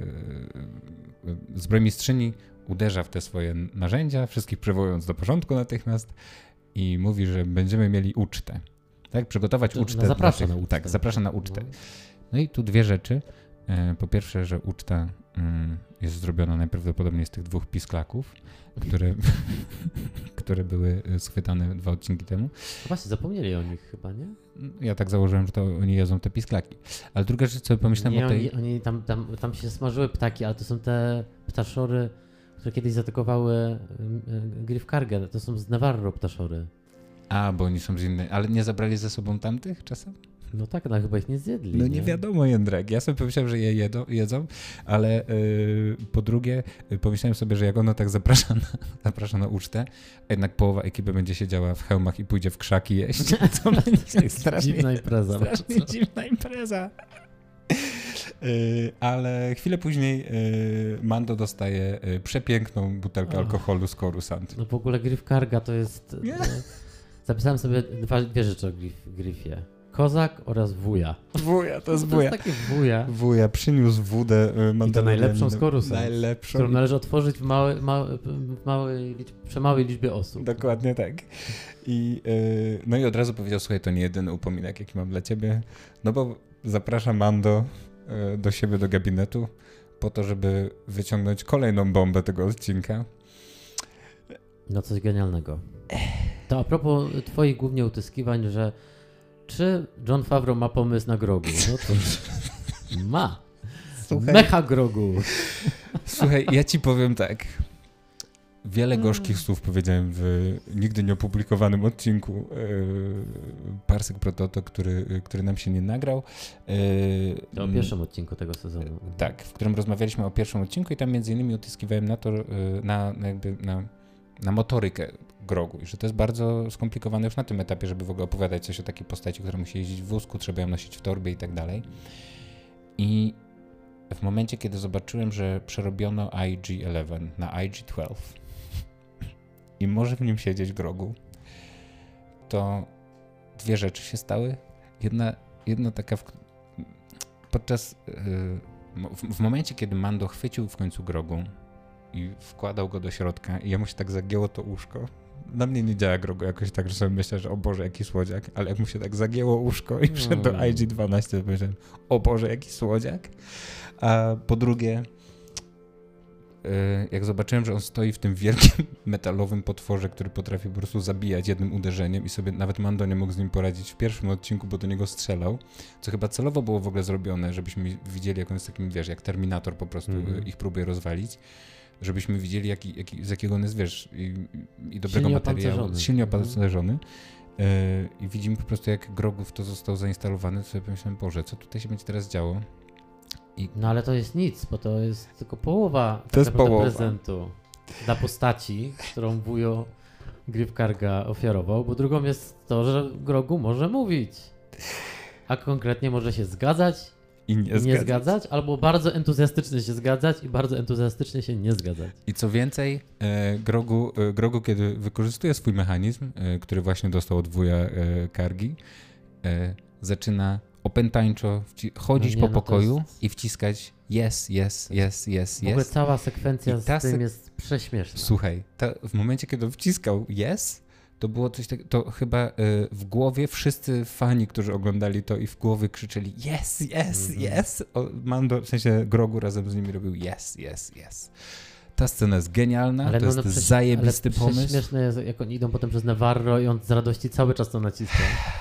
A: y, y, zbrojmistrzyni uderza w te swoje narzędzia, wszystkich przywołując do porządku natychmiast i mówi, że będziemy mieli ucztę. Tak, przygotować
B: to,
A: ucztę.
B: No zaprasza
A: tych,
B: na ucztę.
A: Tak, zaprasza na ucztę. No i tu dwie rzeczy. Po pierwsze, że uczta jest zrobiona najprawdopodobniej z tych dwóch pisklaków, które, które były schwytane dwa odcinki temu.
B: No właśnie, zapomnieli o nich chyba, nie?
A: Ja tak założyłem, że to oni jedzą te pisklaki. Ale druga rzecz, co pomyślałem
B: nie,
A: o tej...
B: Oni, oni tam, tam, tam się smażyły ptaki, ale to są te ptaszory, które kiedyś zaatakowały Griff Kargę. To są z Nevarro ptaszory.
A: A, bo oni są z innej... Ale nie zabrali ze sobą tamtych czasem?
B: No tak, no chyba ich nie zjedli.
A: No
B: nie,
A: nie wiadomo, Jędrek. Ja sobie pomyślałem, że je jedzą, jedzą ale yy, po drugie yy, pomyślałem sobie, że jak ono tak zaprasza na, zaprasza na ucztę, a jednak połowa ekipy będzie siedziała w hełmach i pójdzie w krzaki jeść, to będzie strasznie,
B: dziwna impreza.
A: Strasznie dziwna impreza. Ale chwilę później Mando dostaje przepiękną butelkę oh. alkoholu z Coruscant.
B: No w ogóle Griff Karga to jest... To, zapisałem sobie dwa, dwie rzeczy o Griff, Griffie. Kozak oraz wuja.
A: Wuja, to jest
B: to
A: wuja.
B: To jest takie wuja.
A: Wuja przyniósł wódę Mandalorian.
B: I to najlepszą z Coruscant.
A: Najlepszą.
B: Którą należy otworzyć w, małe, małe, w małej, przy małej liczbie osób.
A: Dokładnie tak. I, yy, no i od razu powiedział, słuchaj, to nie jedyny upominek, jaki mam dla ciebie, no bo zapraszam Mando yy, do siebie do gabinetu po to, żeby wyciągnąć kolejną bombę tego odcinka.
B: No coś genialnego. To a propos twoich głównie utyskiwań, że czy Jon Favreau ma pomysł na Grogu? No to ma. Słuchaj, Mecha Grogu.
A: Słuchaj, ja ci powiem tak. Wiele gorzkich słów powiedziałem w nigdy nieopublikowanym odcinku yy, Parsek Prototo, który, który nam się nie nagrał.
B: Yy, to o pierwszym odcinku tego sezonu. Yy,
A: tak, w którym rozmawialiśmy o pierwszym odcinku i tam między innymi utyskiwałem na to, yy, na, jakby na, na motorykę Grogu i że to jest bardzo skomplikowane już na tym etapie, żeby w ogóle opowiadać coś o takiej postaci, która musi jeździć w wózku, trzeba ją nosić w torbie i tak dalej. I w momencie, kiedy zobaczyłem, że przerobiono I G jedenaście na I G dwanaście i może w nim siedzieć Grogu, to dwie rzeczy się stały. Jedna, jedna taka w, podczas yy, w, w momencie, kiedy Mando chwycił w końcu Grogu i wkładał go do środka i jemu się tak zagięło to uszko. Na mnie nie działa Grogu jakoś tak, że sobie myślę, że o Boże, jaki słodziak, ale jak mu się tak zagięło uszko i wszedł do I G dwanaście, to powiedziałem, o Boże, jaki słodziak. A po drugie, jak zobaczyłem, że on stoi w tym wielkim metalowym potworze, który potrafi po prostu zabijać jednym uderzeniem i sobie nawet Mando nie mógł z nim poradzić w pierwszym odcinku, bo do niego strzelał, co chyba celowo było w ogóle zrobione, żebyśmy widzieli, jak on jest takim, wiesz, jak Terminator po prostu mm-hmm. ich próbuje rozwalić, żebyśmy widzieli, jaki, jaki, z jakiego on jest, wiesz, i, i dobrego
B: silnie
A: materiału,
B: opancerzony.
A: silnie opancerzony. Mm-hmm. Yy, I widzimy po prostu, jak Grogu w to został zainstalowany, to sobie pomyślałem, Boże, co tutaj się będzie teraz działo?
B: I... No ale to jest nic, bo to jest tylko połowa
A: to jest połowa.
B: prezentu dla postaci, którą wujo Griff Karga ofiarował, bo drugą jest to, że Grogu może mówić, a konkretnie może się zgadzać
A: i nie,
B: nie
A: zgadzać.
B: zgadzać, albo bardzo entuzjastycznie się zgadzać i bardzo entuzjastycznie się nie zgadzać.
A: I co więcej, e, Grogu, e, Grogu, kiedy wykorzystuje swój mechanizm, e, który właśnie dostał od wuja e, Kargi, e, zaczyna opętańczo wci- chodzić no nie, po no pokoju jest... i wciskać yes, yes, yes, yes, yes.
B: W ogóle cała sekwencja z
A: ta
B: tym
A: sek...
B: jest prześmieszna.
A: Słuchaj, ta, w momencie, kiedy on wciskał yes, to było coś takiego, to chyba y, w głowie wszyscy fani, którzy oglądali to i w głowie krzyczeli yes, yes, mm-hmm. yes. O, Mando, w sensie Grogu razem z nimi robił yes, yes, yes. Ta scena jest genialna, ale to no, jest no, zajebisty
B: ale
A: pomysł.
B: Śmieszne jest, jak oni idą potem przez Nevarro i on z radości cały czas to naciska.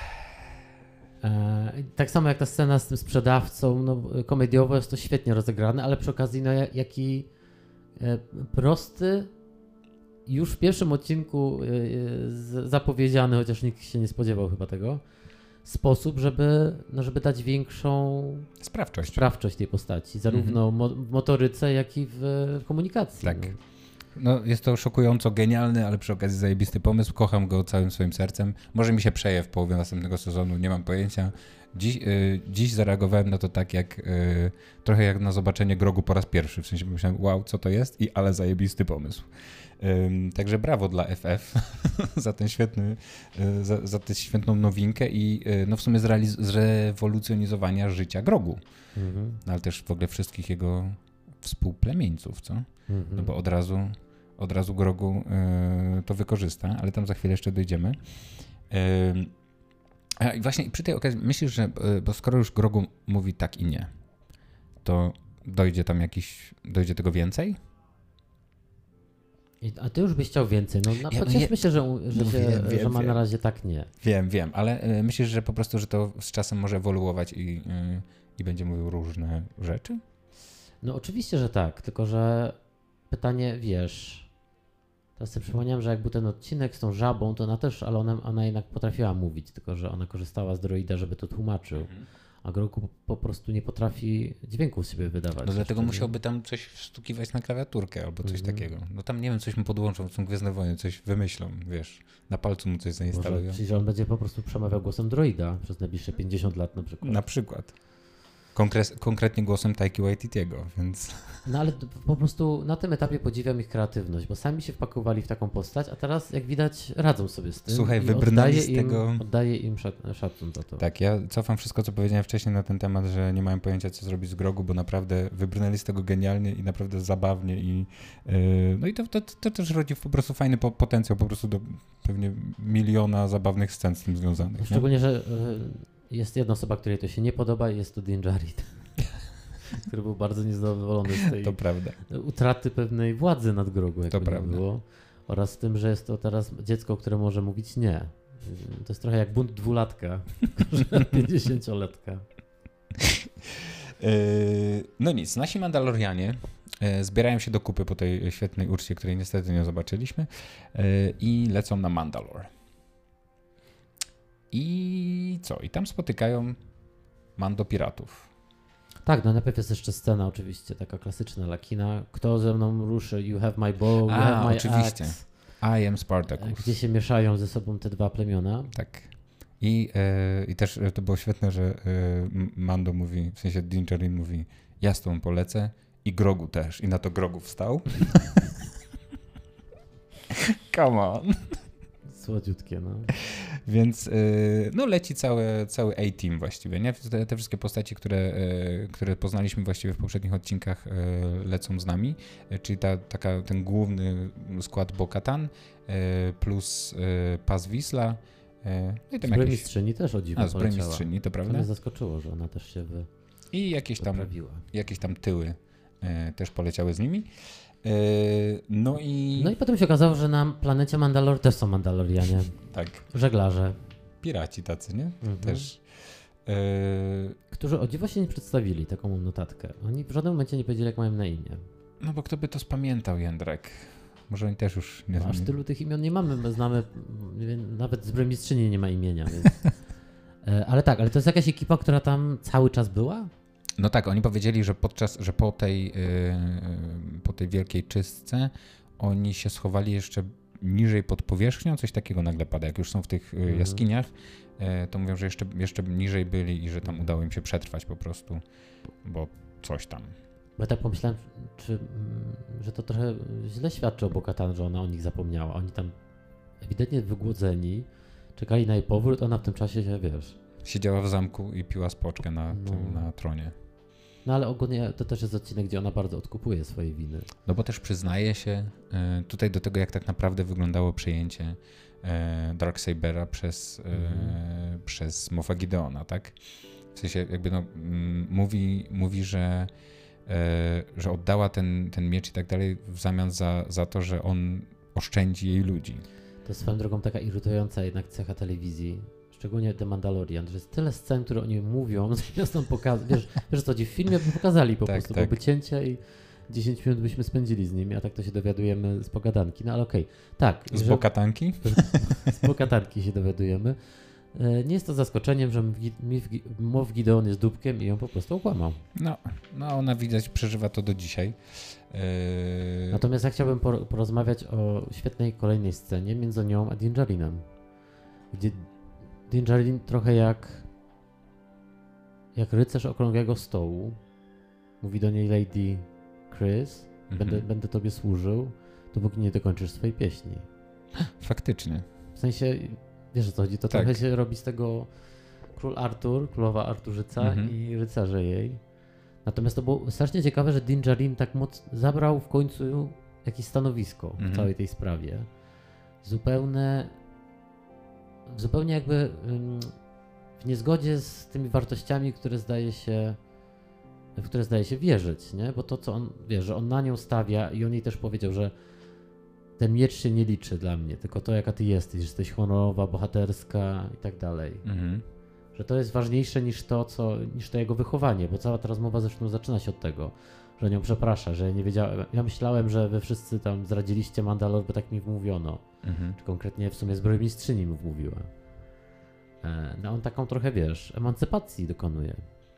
B: E, tak samo jak ta scena z tym sprzedawcą, no, komediowo jest to świetnie rozegrane, ale przy okazji no, jaki e, prosty, już w pierwszym odcinku e, z, zapowiedziany, chociaż nikt się nie spodziewał chyba tego, sposób, żeby, no, żeby dać większą
A: sprawczość,
B: sprawczość tej postaci, zarówno mhm. mo- w motoryce, jak i w, w komunikacji.
A: Tak.
B: No.
A: No, jest to szokująco genialny, ale przy okazji zajebisty pomysł. Kocham go całym swoim sercem. Może mi się przeje w połowie następnego sezonu, nie mam pojęcia. Dziś, yy, dziś zareagowałem na to tak jak yy, trochę jak na zobaczenie Grogu po raz pierwszy. W sensie pomyślałem, wow, co to jest? I ale zajebisty pomysł. Yy, także brawo dla F F za ten świetny, yy, za, za tę świetną nowinkę i yy, no w sumie zrealiz- zrewolucjonizowania życia Grogu. Mhm. No, ale też w ogóle wszystkich jego współplemieńców, co? Mhm. No bo od razu, od razu Grogu y, to wykorzysta, ale tam za chwilę jeszcze dojdziemy. Y, a i właśnie przy tej okazji myślisz, że y, bo skoro już Grogu mówi tak i nie, to dojdzie tam jakiś, dojdzie tego więcej?
B: I, a ty już byś chciał więcej. No, no
A: ja,
B: pocieszmy no, się, że, że,
A: no,
B: się,
A: wiem,
B: że
A: wiem,
B: ma
A: wiem.
B: na razie tak nie.
A: Wiem, wiem, ale y, myślisz, że po prostu, że to z czasem może ewoluować i, y, i będzie mówił różne rzeczy?
B: No oczywiście, że tak, tylko że pytanie, wiesz, teraz sobie przypomniałem, że jak był ten odcinek z tą żabą, to ona też, ale ona, ona jednak potrafiła mówić, tylko że ona korzystała z droida, żeby to tłumaczył, mhm. a Grogu po, po prostu nie potrafi dźwięków z siebie wydawać.
A: No dlatego musiałby tam coś wstukiwać na klawiaturkę albo coś mhm. takiego. No tam nie wiem, coś mu podłączą, są Gwiezdne Wojny, coś wymyślą, wiesz, na palcu mu coś zainstalują.
B: Może, czyli że on będzie po prostu przemawiał głosem droida przez najbliższe pięćdziesiąt lat na przykład.
A: Na przykład. Konkre- konkretnie głosem Taiki Waititiego, więc...
B: No ale po prostu na tym etapie podziwiam ich kreatywność, bo sami się wpakowali w taką postać, a teraz jak widać radzą sobie z tym.
A: Słuchaj,
B: i
A: wybrnęli z
B: im,
A: tego...
B: Oddaję im szac- szacun za to.
A: Tak, ja cofam wszystko, co powiedziałem wcześniej na ten temat, że nie mają pojęcia, co zrobić z Grogu, bo naprawdę wybrnęli z tego genialnie i naprawdę zabawnie i yy, no i to, to, to też rodzi po prostu fajny po- potencjał po prostu do pewnie miliona zabawnych scen z tym związanych.
B: Szczególnie, nie? że y, jest jedna osoba, której to się nie podoba i jest to Din Djarin, który był bardzo niezadowolony z tej
A: to prawda.
B: utraty pewnej władzy nad Grogu, jak
A: to
B: to
A: prawda.
B: było, oraz z tym, że jest to teraz dziecko, które może mówić nie. To jest trochę jak bunt dwulatka, pięćdziesięciolatka.
A: No nic, nasi Mandalorianie zbierają się do kupy po tej świetnej uczcie, której niestety nie zobaczyliśmy i lecą na Mandalore. I co? I tam spotykają Mando piratów.
B: Tak, no najpierw jest jeszcze scena oczywiście, taka klasyczna Lakina. Kto ze mną ruszy? You have my bow, you
A: A,
B: have my
A: oczywiście.
B: axe.
A: I am Spartacus.
B: Gdzie się mieszają ze sobą te dwa plemiona.
A: Tak. I, e, I też to było świetne, że e, Mando mówi, w sensie Din Djarin mówi, ja z tobą polecę i Grogu też. I na to Grogu wstał. Come on.
B: Słodziutkie, no.
A: Więc y, no leci cały, cały A-Team właściwie, nie? Te, te wszystkie postaci, które, y, które poznaliśmy właściwie w poprzednich odcinkach y, lecą z nami, y, czyli ta, taka, ten główny skład Bo-Katan y, plus y, Paz Vizsla. Y, no i tam jakieś...
B: Zbrojmistrzyni też o dziwo
A: A, Zbrojmistrzyni, to prawda?
B: To mnie zaskoczyło, że ona też się wy...
A: I jakieś tam, jakieś tam tyły y, też poleciały z nimi. No i...
B: No i potem się okazało, że na planecie Mandalore też są Mandalorianie.
A: Tak.
B: Żeglarze.
A: Piraci tacy, nie?
B: Mhm.
A: Też. Yy...
B: Którzy o dziwo się nie przedstawili, taką mam notatkę. Oni w żadnym momencie nie powiedzieli, jak mają na imię.
A: No bo kto by to spamiętał, Jędrek? Może oni też już nie
B: no, aż tylu tych imion nie mamy, my znamy, nawet Zbrojmistrzyni nie ma imienia, więc... Ale tak, ale to jest jakaś ekipa, która tam cały czas była?
A: No tak, oni powiedzieli, że podczas, że po tej, yy, po tej wielkiej czystce oni się schowali jeszcze niżej pod powierzchnią, coś takiego nagle pada. Jak już są w tych yy, jaskiniach, yy, to mówią, że jeszcze, jeszcze niżej byli i że tam udało im się przetrwać po prostu, bo coś tam.
B: Bo ja tak pomyślałem, czy, że to trochę źle świadczy o Bo-Katan, że ona o nich zapomniała. Oni tam ewidentnie wygłodzeni, czekali na jej powrót, ona w tym czasie się, wiesz...
A: Siedziała w zamku i piła spoczkę na,
B: no.
A: tym, na tronie.
B: No ale ogólnie to też jest odcinek, gdzie ona bardzo odkupuje swoje winy.
A: No bo też przyznaje się y, tutaj do tego, jak tak naprawdę wyglądało przejęcie y, Darksabera przez, y, mm. przez Moffa Gideona, tak? W sensie jakby no, m, mówi, mówi, że, y, że oddała ten, ten miecz i tak dalej w zamian za, za to, że on oszczędzi jej ludzi.
B: To jest swoją drogą taka irytująca jednak cecha telewizji. Szczególnie The Mandalorian, że jest tyle scen, które oni mówią, zamiast nam pokazać. Wiesz, wiesz co, w filmie by pokazali po
A: tak,
B: prostu,
A: tak.
B: byłoby cięcie i dziesięć minut byśmy spędzili z nimi, a tak to się dowiadujemy z pogadanki. No ale okej, okay. tak.
A: Z Bo-Katanki?
B: Z Bo-Katanki się dowiadujemy. Nie jest to zaskoczeniem, że Moff Gideon jest dupkiem i ją po prostu okłamał.
A: No, no ona widać przeżywa to do dzisiaj. Yy...
B: Natomiast ja chciałbym porozmawiać o świetnej kolejnej scenie między nią a Din Djarinem, gdzie Din Djarin trochę jak jak rycerz okrągłego stołu. Mówi do niej Lady Chris, mm-hmm. będę, będę tobie służył, dopóki nie dokończysz swojej pieśni.
A: Faktycznie.
B: W sensie, wiesz o co chodzi, to tak. Trochę się robi z tego król Artur, królowa Arturzyca mm-hmm. i rycerze jej. Natomiast to było strasznie ciekawe, że Din Djarin tak moc zabrał w końcu jakieś stanowisko mm-hmm. w całej tej sprawie. Zupełne zupełnie jakby w niezgodzie z tymi wartościami, które zdaje się, w które zdaje się wierzyć, nie? Bo to, co on, wie, że on na nią stawia i on jej też powiedział, że ten miecz się nie liczy dla mnie, tylko to, jaka ty jesteś, że jesteś honorowa, bohaterska i tak dalej. Mhm. Że to jest ważniejsze niż to, co, niż to jego wychowanie, bo cała ta rozmowa zresztą zaczyna się od tego, że nią przeprasza, że nie wiedziałem, ja myślałem, że wy wszyscy tam zdradziliście Mandalor, bo tak mi wmówiono. Mhm. Czy konkretnie w sumie Zbrojmistrzyni mi wmówiła. No on taką trochę, wiesz, emancypacji dokonuje.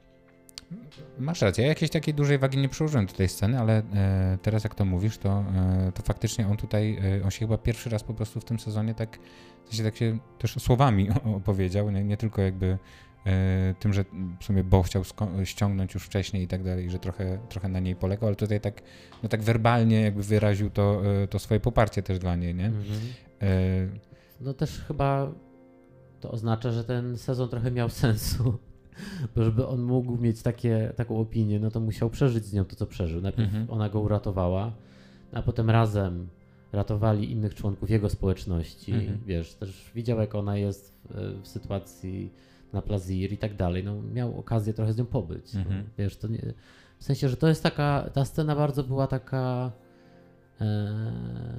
A: Masz rację, ja jakiejś takiej dużej wagi nie przyłożyłem do tej sceny, ale e, teraz jak to mówisz, to, e, to faktycznie on tutaj, e, on się chyba pierwszy raz po prostu w tym sezonie tak, w sensie tak się też słowami opowiedział, nie, nie tylko jakby tym, że w sumie Bo chciał sko- ściągnąć już wcześniej i tak dalej, że trochę, trochę na niej polegał, ale tutaj tak, no tak werbalnie jakby wyraził to, to swoje poparcie też dla niej, nie? Mhm.
B: No też chyba to oznacza, że ten sezon trochę miał sensu, bo żeby on mógł mieć takie, taką opinię, no to musiał przeżyć z nią to, co przeżył. Najpierw mhm. ona go uratowała, a potem razem ratowali innych członków jego społeczności. Mhm. Wiesz, też widział, jak ona jest w, w sytuacji na Plazir i tak dalej. No, miał okazję trochę z nią pobyć. Mhm. No, wiesz, to nie, w sensie, że to jest taka, ta scena bardzo była taka e,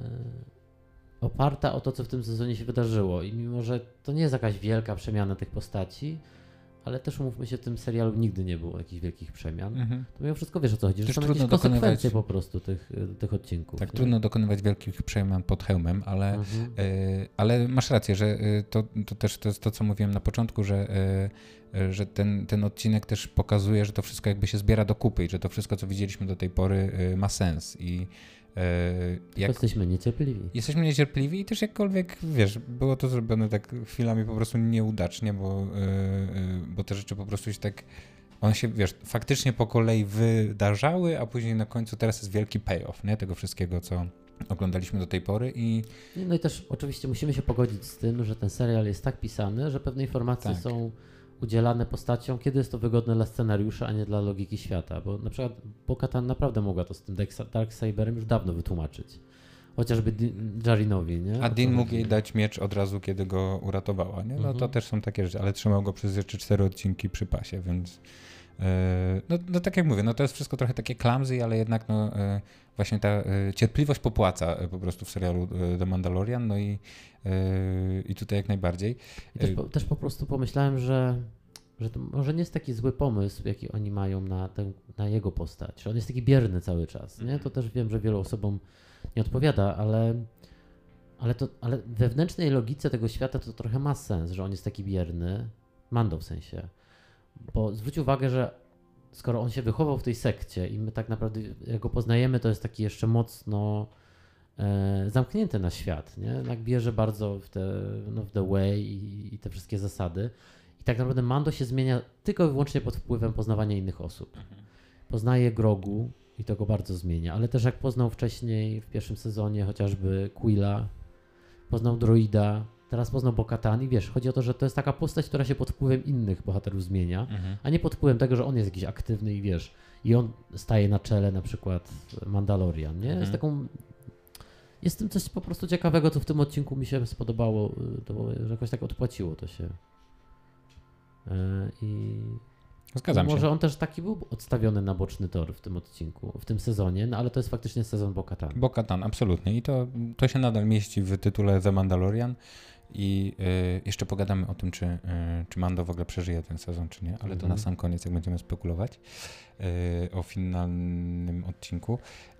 B: oparta o to, co w tym sezonie się wydarzyło. I mimo, że to nie jest jakaś wielka przemiana tych postaci, ale też umówmy się, w tym serialu nigdy nie było jakichś wielkich przemian. Mhm. To mimo wszystko wiesz, o co chodzi, że są jakieś konsekwencje po prostu tych, tych odcinków.
A: Tak, nie? Trudno dokonywać wielkich przemian pod hełmem, ale, mhm. y, ale masz rację, że y, to, to też to jest to, co mówiłem na początku, że, y, że ten, ten odcinek też pokazuje, że to wszystko jakby się zbiera do kupy i że to wszystko, co widzieliśmy do tej pory, y, ma sens. I
B: Jak, jesteśmy niecierpliwi.
A: Jesteśmy niecierpliwi i też jakkolwiek, wiesz, było to zrobione tak chwilami po prostu nieudacznie, bo, yy, bo te rzeczy po prostu się tak, one się, wiesz, faktycznie po kolei wydarzały, a później na końcu teraz jest wielki payoff, nie, tego wszystkiego, co oglądaliśmy do tej pory i...
B: No i też oczywiście musimy się pogodzić z tym, że ten serial jest tak pisany, że pewne informacje tak. są udzielane postaciom, kiedy jest to wygodne dla scenariusza, a nie dla logiki świata, bo na przykład Bo-Katan naprawdę mogła to z tym Darksaberem już dawno wytłumaczyć. Chociażby Jarinowi, nie?
A: A Dean mógł jej dać miecz od razu, kiedy go uratowała, nie? No mhm. to też są takie rzeczy, ale trzymał go przez jeszcze cztery odcinki przy pasie, więc yy, no, no tak jak mówię, no to jest wszystko trochę takie clumsy, ale jednak no yy, właśnie ta yy, cierpliwość popłaca yy, po prostu w serialu yy, The Mandalorian, no i Yy, i tutaj jak najbardziej.
B: I też, po, też po prostu pomyślałem, że, że to może nie jest taki zły pomysł, jaki oni mają na, ten, na jego postać, że on jest taki bierny cały czas, nie? To też wiem, że wielu osobom nie odpowiada, ale, ale, to, ale w wewnętrznej logice tego świata to trochę ma sens, że on jest taki bierny, Mando w sensie, bo zwróć uwagę, że skoro on się wychował w tej sekcie i my tak naprawdę, jak go poznajemy, to jest taki jeszcze mocno E, zamknięte na świat, nie? Jak bierze bardzo w te, no, w the way i, i te wszystkie zasady. I tak naprawdę Mando się zmienia tylko i wyłącznie pod wpływem poznawania innych osób. Mhm. Poznaje Grogu i to go bardzo zmienia, ale też jak poznał wcześniej w pierwszym sezonie chociażby Quilla, poznał droida, teraz poznał Bo-Katan i wiesz, chodzi o to, że to jest taka postać, która się pod wpływem innych bohaterów zmienia, mhm. a nie pod wpływem tego, że on jest jakiś aktywny i wiesz, i on staje na czele na przykład Mandalorian, nie? Mhm. Jest taką Jest w tym coś po prostu ciekawego, co w tym odcinku mi się spodobało, to, że jakoś tak odpłaciło to się. I
A: Zgadzam
B: może
A: się.
B: on też taki był odstawiony na boczny tor w tym odcinku, w tym sezonie, no ale to jest faktycznie sezon Bo-Katan.
A: Bo-Katan, absolutnie. I to, to się nadal mieści w tytule The Mandalorian. I y, jeszcze pogadamy o tym, czy, y, czy Mando w ogóle przeżyje ten sezon, czy nie, ale mm-hmm. to na sam koniec, jak będziemy spekulować y, o finalnym odcinku.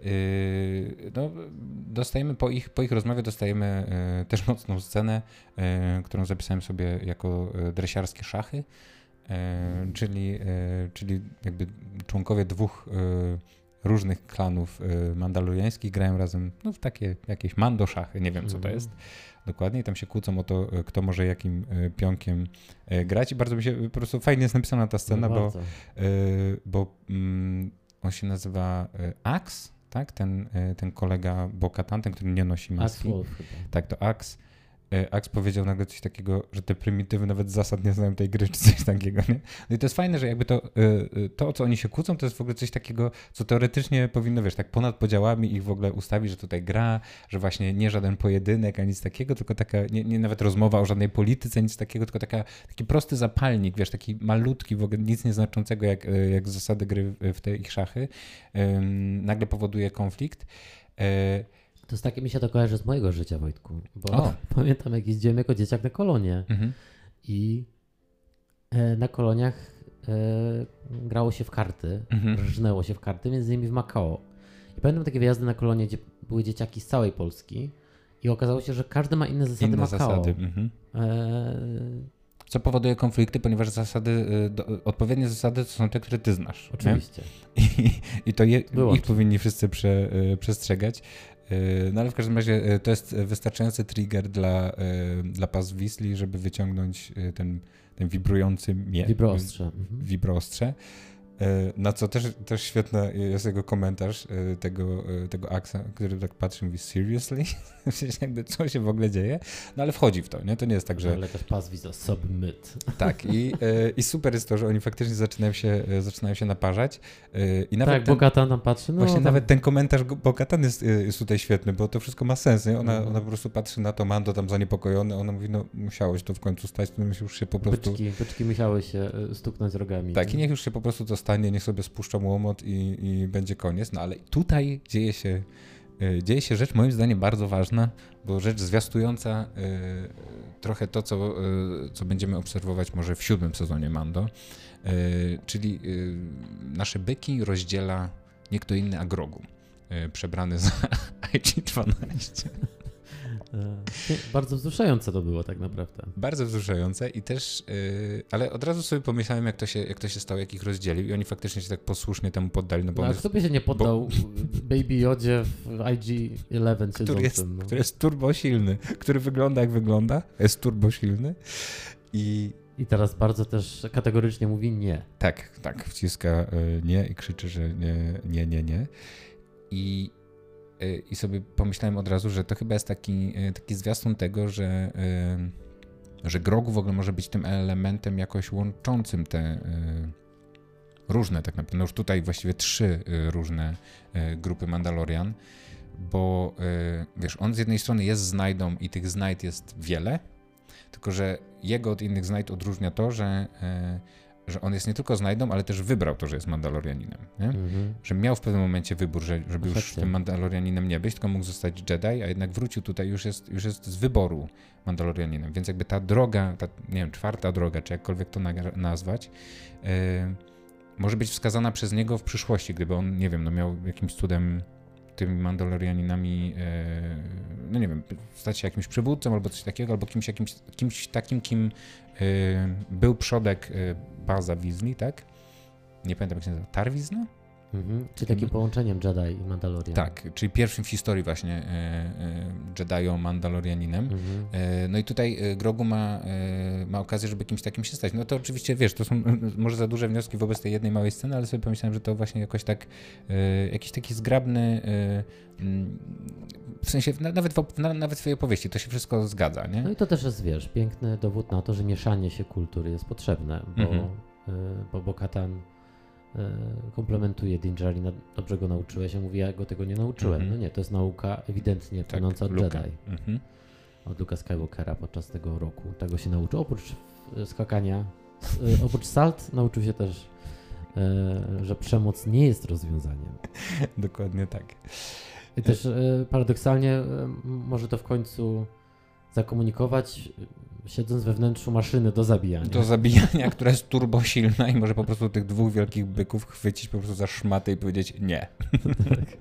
A: Y, no, dostajemy po ich, po ich rozmowie dostajemy y, też mocną scenę, y, którą zapisałem sobie jako y, dresiarskie szachy, y, czyli, y, czyli jakby członkowie dwóch y, różnych klanów y, mandaloriańskich grają razem no, w takie jakieś mando szachy, nie wiem co mm-hmm. to jest. Dokładnie, i tam się kłócą o to, kto może jakim pionkiem grać i bardzo mi się, po prostu fajnie jest napisana ta scena, no bo, bo um, on się nazywa Axe, tak? Ten, ten kolega Bo-Katan, ten, który nie nosi maski. Tak, to Axe. Axe powiedział nagle coś takiego, że te prymitywy nawet zasad nie znają tej gry, czy coś takiego, nie? No i to jest fajne, że jakby to, to, o co oni się kłócą, to jest w ogóle coś takiego, co teoretycznie powinno, wiesz, tak ponad podziałami ich w ogóle ustawić, że tutaj gra, że właśnie nie żaden pojedynek, ani nic takiego, tylko taka, nie, nie nawet rozmowa o żadnej polityce, nic takiego, tylko taka, taki prosty zapalnik, wiesz, taki malutki, w ogóle nic nieznaczącego, jak, jak zasady gry w te ich szachy, um, nagle powoduje konflikt.
B: To jest takie, mi się to kojarzy z mojego życia, Wojtku, bo o. pamiętam, jak jeździłem jako dzieciak na kolonie mhm. i e, na koloniach e, grało się w karty, mhm. rżnęło się w karty, między innymi w Makao. I pamiętam takie wyjazdy na kolonie, gdzie były dzieciaki z całej Polski i okazało się, że każdy ma inne zasady
A: inne
B: Makao.
A: Zasady. Mhm. E... Co powoduje konflikty, ponieważ zasady, do, odpowiednie zasady to są te, które ty znasz.
B: Oczywiście.
A: I, i to je, ich powinni wszyscy prze, przestrzegać. No ale w każdym razie to jest wystarczający trigger dla, dla Paz Vizsli, żeby wyciągnąć ten, ten wibrujący mie-
B: wibroostrze.
A: wibroostrze. Na co też, też świetny jest jego komentarz tego, tego Axa, który tak patrzy i mówi seriously? Jakby co się w ogóle dzieje? No ale wchodzi w to, nie? To nie jest tak, że...
B: Ale też pas wiza submit.
A: Tak i, i super jest to, że oni faktycznie zaczynają się, zaczynają się naparzać. I nawet
B: tak,
A: ten,
B: Bo-Katan tam patrzy. No,
A: właśnie
B: tam...
A: nawet ten komentarz Bo-Katan jest, jest tutaj świetny, bo to wszystko ma sens, nie? Ona, mm. ona po prostu patrzy na to, Mando tam zaniepokojony, ona mówi, no musiałeś to w końcu stać, to już się po prostu...
B: Byczki, byczki musiały się stuknąć rogami.
A: Tak, nie? I niech już się po prostu to stanie, niech sobie spuszczą łomot i, i będzie koniec. No ale tutaj dzieje się, y, dzieje się rzecz moim zdaniem bardzo ważna, bo rzecz zwiastująca y, trochę to, co, y, co będziemy obserwować może w siódmym sezonie Mando, y, czyli y, nasze byki rozdziela nie kto inny, a Grogu, y, przebrany za I G dwanaście.
B: Bardzo wzruszające to było tak naprawdę.
A: Bardzo wzruszające i też, yy, ale od razu sobie pomyślałem, jak to się, jak to się stało, jak ich rozdzielił i oni faktycznie się tak posłusznie temu poddali. No, bo
B: no, a
A: jest,
B: kto by się nie poddał bo, Baby Yodzie w I G jedenaście
A: który jest,
B: no.
A: który jest turbo silny, który wygląda jak wygląda, jest turbo silny i...
B: I teraz bardzo też kategorycznie mówi nie.
A: Tak, tak, wciska y, nie i krzyczy, że nie, nie, nie, nie. I I sobie pomyślałem od razu, że to chyba jest taki, taki zwiastun tego, że, że Grogu w ogóle może być tym elementem jakoś łączącym te różne tak naprawdę, no już tutaj właściwie trzy różne grupy Mandalorian, bo wiesz, on z jednej strony jest znajdą i tych znajd jest wiele, tylko że jego od innych znajd odróżnia to, że że on jest nie tylko znajdą, ale też wybrał to, że jest Mandalorianinem. Nie? Mm-hmm. Że miał w pewnym momencie wybór, że, żeby już tym Mandalorianinem nie być, tylko mógł zostać Jedi, a jednak wrócił tutaj, już jest, już jest z wyboru Mandalorianinem. Więc jakby ta droga, ta, nie wiem, czwarta droga, czy jakkolwiek to na, nazwać, yy, może być wskazana przez niego w przyszłości, gdyby on, nie wiem, no miał jakimś cudem tymi Mandalorianinami, yy, no nie wiem, stać się jakimś przywódcą albo coś takiego, albo kimś, jakimś, kimś takim, kim yy, był przodek yy, Baza Wizli, tak? Nie pamiętam, jak się nazywa. Tarwizna?
B: Mhm. Czyli takim połączeniem Jedi i Mandalorian.
A: Tak, czyli pierwszym w historii właśnie e, e, Jedią Mandalorianinem. Mhm. E, no i tutaj Grogu ma, e, ma okazję, żeby kimś takim się stać. No to oczywiście, wiesz, to są może za duże wnioski wobec tej jednej małej sceny, ale sobie pomyślałem, że to właśnie jakoś tak, e, jakiś taki zgrabny, e, w sensie nawet w, na, nawet w twojej opowieści to się wszystko zgadza, nie?
B: No i to też jest, wiesz, piękny dowód na to, że mieszanie się kultur jest potrzebne, bo mhm. y, bo Bo-Katan komplementuje Din Djarin, dobrze go nauczyłeś, ja mówię, ja go tego nie nauczyłem. Mm-hmm. No nie, to jest nauka ewidentnie płynąca tak, od Luka. Jedi. Mm-hmm. Od Luka Skywalkera podczas tego roku. Tego się nauczył. Oprócz skakania, oprócz salt nauczył się też, że przemoc nie jest rozwiązaniem.
A: Dokładnie tak.
B: I też paradoksalnie może to w końcu zakomunikować, siedząc we wnętrzu maszyny do zabijania.
A: Do zabijania, która jest turbosilna i może po prostu tych dwóch wielkich byków chwycić po prostu za szmatę i powiedzieć nie. Tak.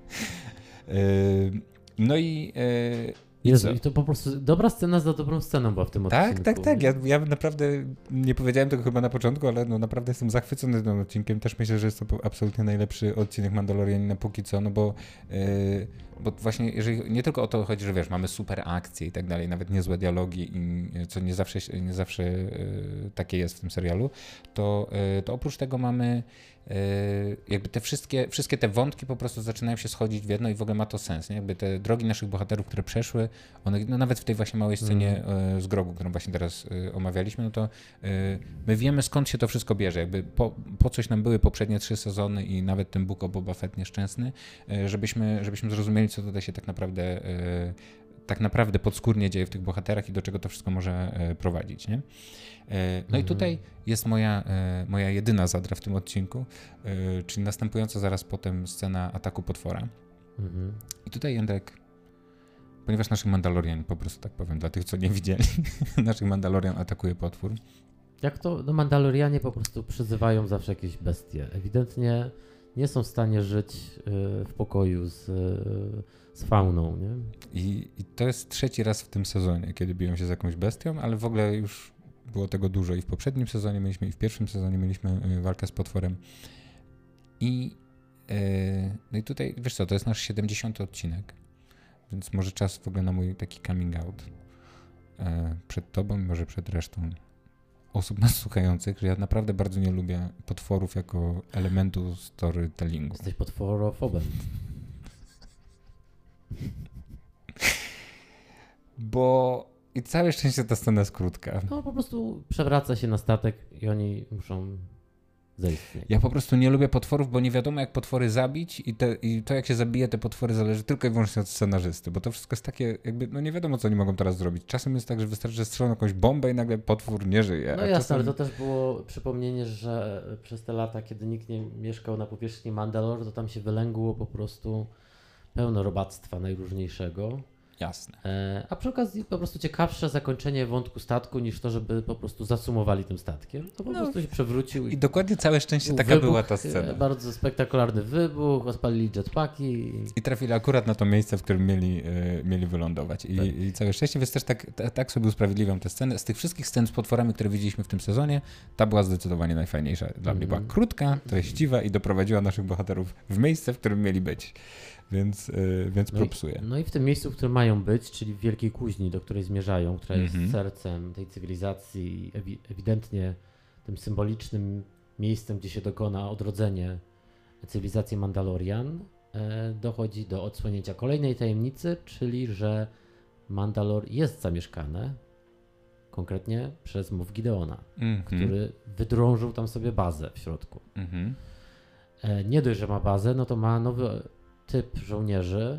A: No i... I,
B: Jezu, i to po prostu dobra scena za dobrą sceną była w tym
A: tak,
B: odcinku.
A: Tak, tak, tak. Ja, ja naprawdę nie powiedziałem tego chyba na początku, ale no naprawdę jestem zachwycony tym odcinkiem. Też myślę, że jest to absolutnie najlepszy odcinek Mandalorianina póki co, no bo, yy, bo właśnie jeżeli nie tylko o to chodzi, że wiesz, mamy super akcje i tak dalej, nawet niezłe dialogi, i co nie zawsze, nie zawsze yy, takie jest w tym serialu, to, yy, to oprócz tego mamy jakby te wszystkie, wszystkie te wątki po prostu zaczynają się schodzić w jedno i w ogóle ma to sens, nie? Jakby te drogi naszych bohaterów, które przeszły, one, no nawet w tej właśnie małej scenie mm. z Grogu, którą właśnie teraz omawialiśmy, no to my wiemy, skąd się to wszystko bierze, jakby po, po coś nam były poprzednie trzy sezony i nawet ten Book of Boba Fett nieszczęsny, żebyśmy, żebyśmy zrozumieli, co tutaj się tak naprawdę tak naprawdę podskórnie dzieje w tych bohaterach i do czego to wszystko może prowadzić, nie? No i tutaj jest moja, moja jedyna zadra w tym odcinku, czyli następująca zaraz potem scena ataku potwora. Mhm. I tutaj Jędrek, ponieważ naszych Mandalorian, po prostu tak powiem, dla tych, co nie widzieli, naszych Mandalorian atakuje potwór.
B: Jak to, no Mandalorianie po prostu przyzywają zawsze jakieś bestie. Ewidentnie nie są w stanie żyć w pokoju z, z fauną, nie?
A: I, I to jest trzeci raz w tym sezonie, kiedy biją się z jakąś bestią, ale w ogóle już było tego dużo i w poprzednim sezonie mieliśmy, i w pierwszym sezonie mieliśmy walkę z potworem. I, yy, no i tutaj, wiesz co, to jest nasz siedemdziesiąty odcinek, więc może czas w ogóle na mój taki coming out yy, przed tobą i może przed resztą osób nas słuchających, że ja naprawdę bardzo nie lubię potworów jako elementu storytellingu.
B: Jesteś potworofobem.
A: Bo i całe szczęście ta scena jest krótka.
B: No po prostu przewraca się na statek i oni muszą zejść.
A: Ja po prostu nie lubię potworów, bo nie wiadomo jak potwory zabić i, te, i to jak się zabije te potwory zależy tylko i wyłącznie od scenarzysty, bo to wszystko jest takie jakby, no nie wiadomo co oni mogą teraz zrobić. Czasem jest tak, że wystarczy, że strzelą jakąś bombę i nagle potwór nie żyje.
B: No jasne,
A: czasem...
B: ale to też było przypomnienie, że przez te lata, kiedy nikt nie mieszkał na powierzchni Mandalore, to tam się wylęgło po prostu pełno robactwa najróżniejszego.
A: Jasne.
B: E, a przy okazji po prostu ciekawsze zakończenie wątku statku niż to, żeby po prostu zasumowali tym statkiem. To po no, prostu się przewrócił.
A: I, i dokładnie całe szczęście taka
B: wybuch,
A: była ta scena.
B: Bardzo spektakularny wybuch, odpalili jetpacki. I...
A: I trafili akurat na to miejsce, w którym mieli, y, mieli wylądować. I, tak. i całe szczęście, więc też tak, t- tak sobie usprawiedliwiam tę scenę. Z tych wszystkich scen z potworami, które widzieliśmy w tym sezonie, ta była zdecydowanie najfajniejsza. Dla mm. mnie była krótka, treściwa i doprowadziła naszych bohaterów w miejsce, w którym mieli być. Więc, yy, więc
B: no
A: propsuję.
B: I, no i w tym miejscu, w którym mają być, czyli w Wielkiej Kuźni, do której zmierzają, która jest
A: mm-hmm.
B: sercem tej cywilizacji, ewi- ewidentnie tym symbolicznym miejscem, gdzie się dokona odrodzenie cywilizacji Mandalorian, e, dochodzi do odsłonięcia kolejnej tajemnicy, czyli że Mandalor jest zamieszkane, konkretnie przez Moff Gideona, mm-hmm. który wydrążył tam sobie bazę w środku. Mm-hmm. E, nie dość, że ma bazę, no to ma nowy typ żołnierzy,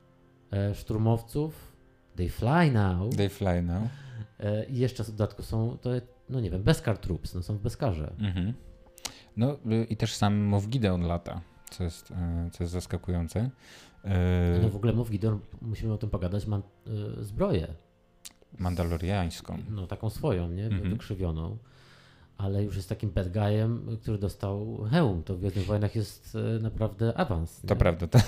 B: e, szturmowców, they fly now.
A: They fly now.
B: E, I jeszcze w dodatku są, to, no nie wiem, Beskar Troops, no są w Beskarze.
A: Mhm. No i też sam Moff Gideon lata, co jest, e, co jest zaskakujące.
B: E, no w ogóle Moff Gideon, musimy o tym pogadać, ma e, zbroję.
A: Mandaloriańską.
B: No taką swoją, nie? Mhm. Wykrzywioną. Ale już jest takim bad guyem, który dostał hełm. To w Gwiezdnych Wojnach jest e, naprawdę awans. Nie?
A: To prawda. To...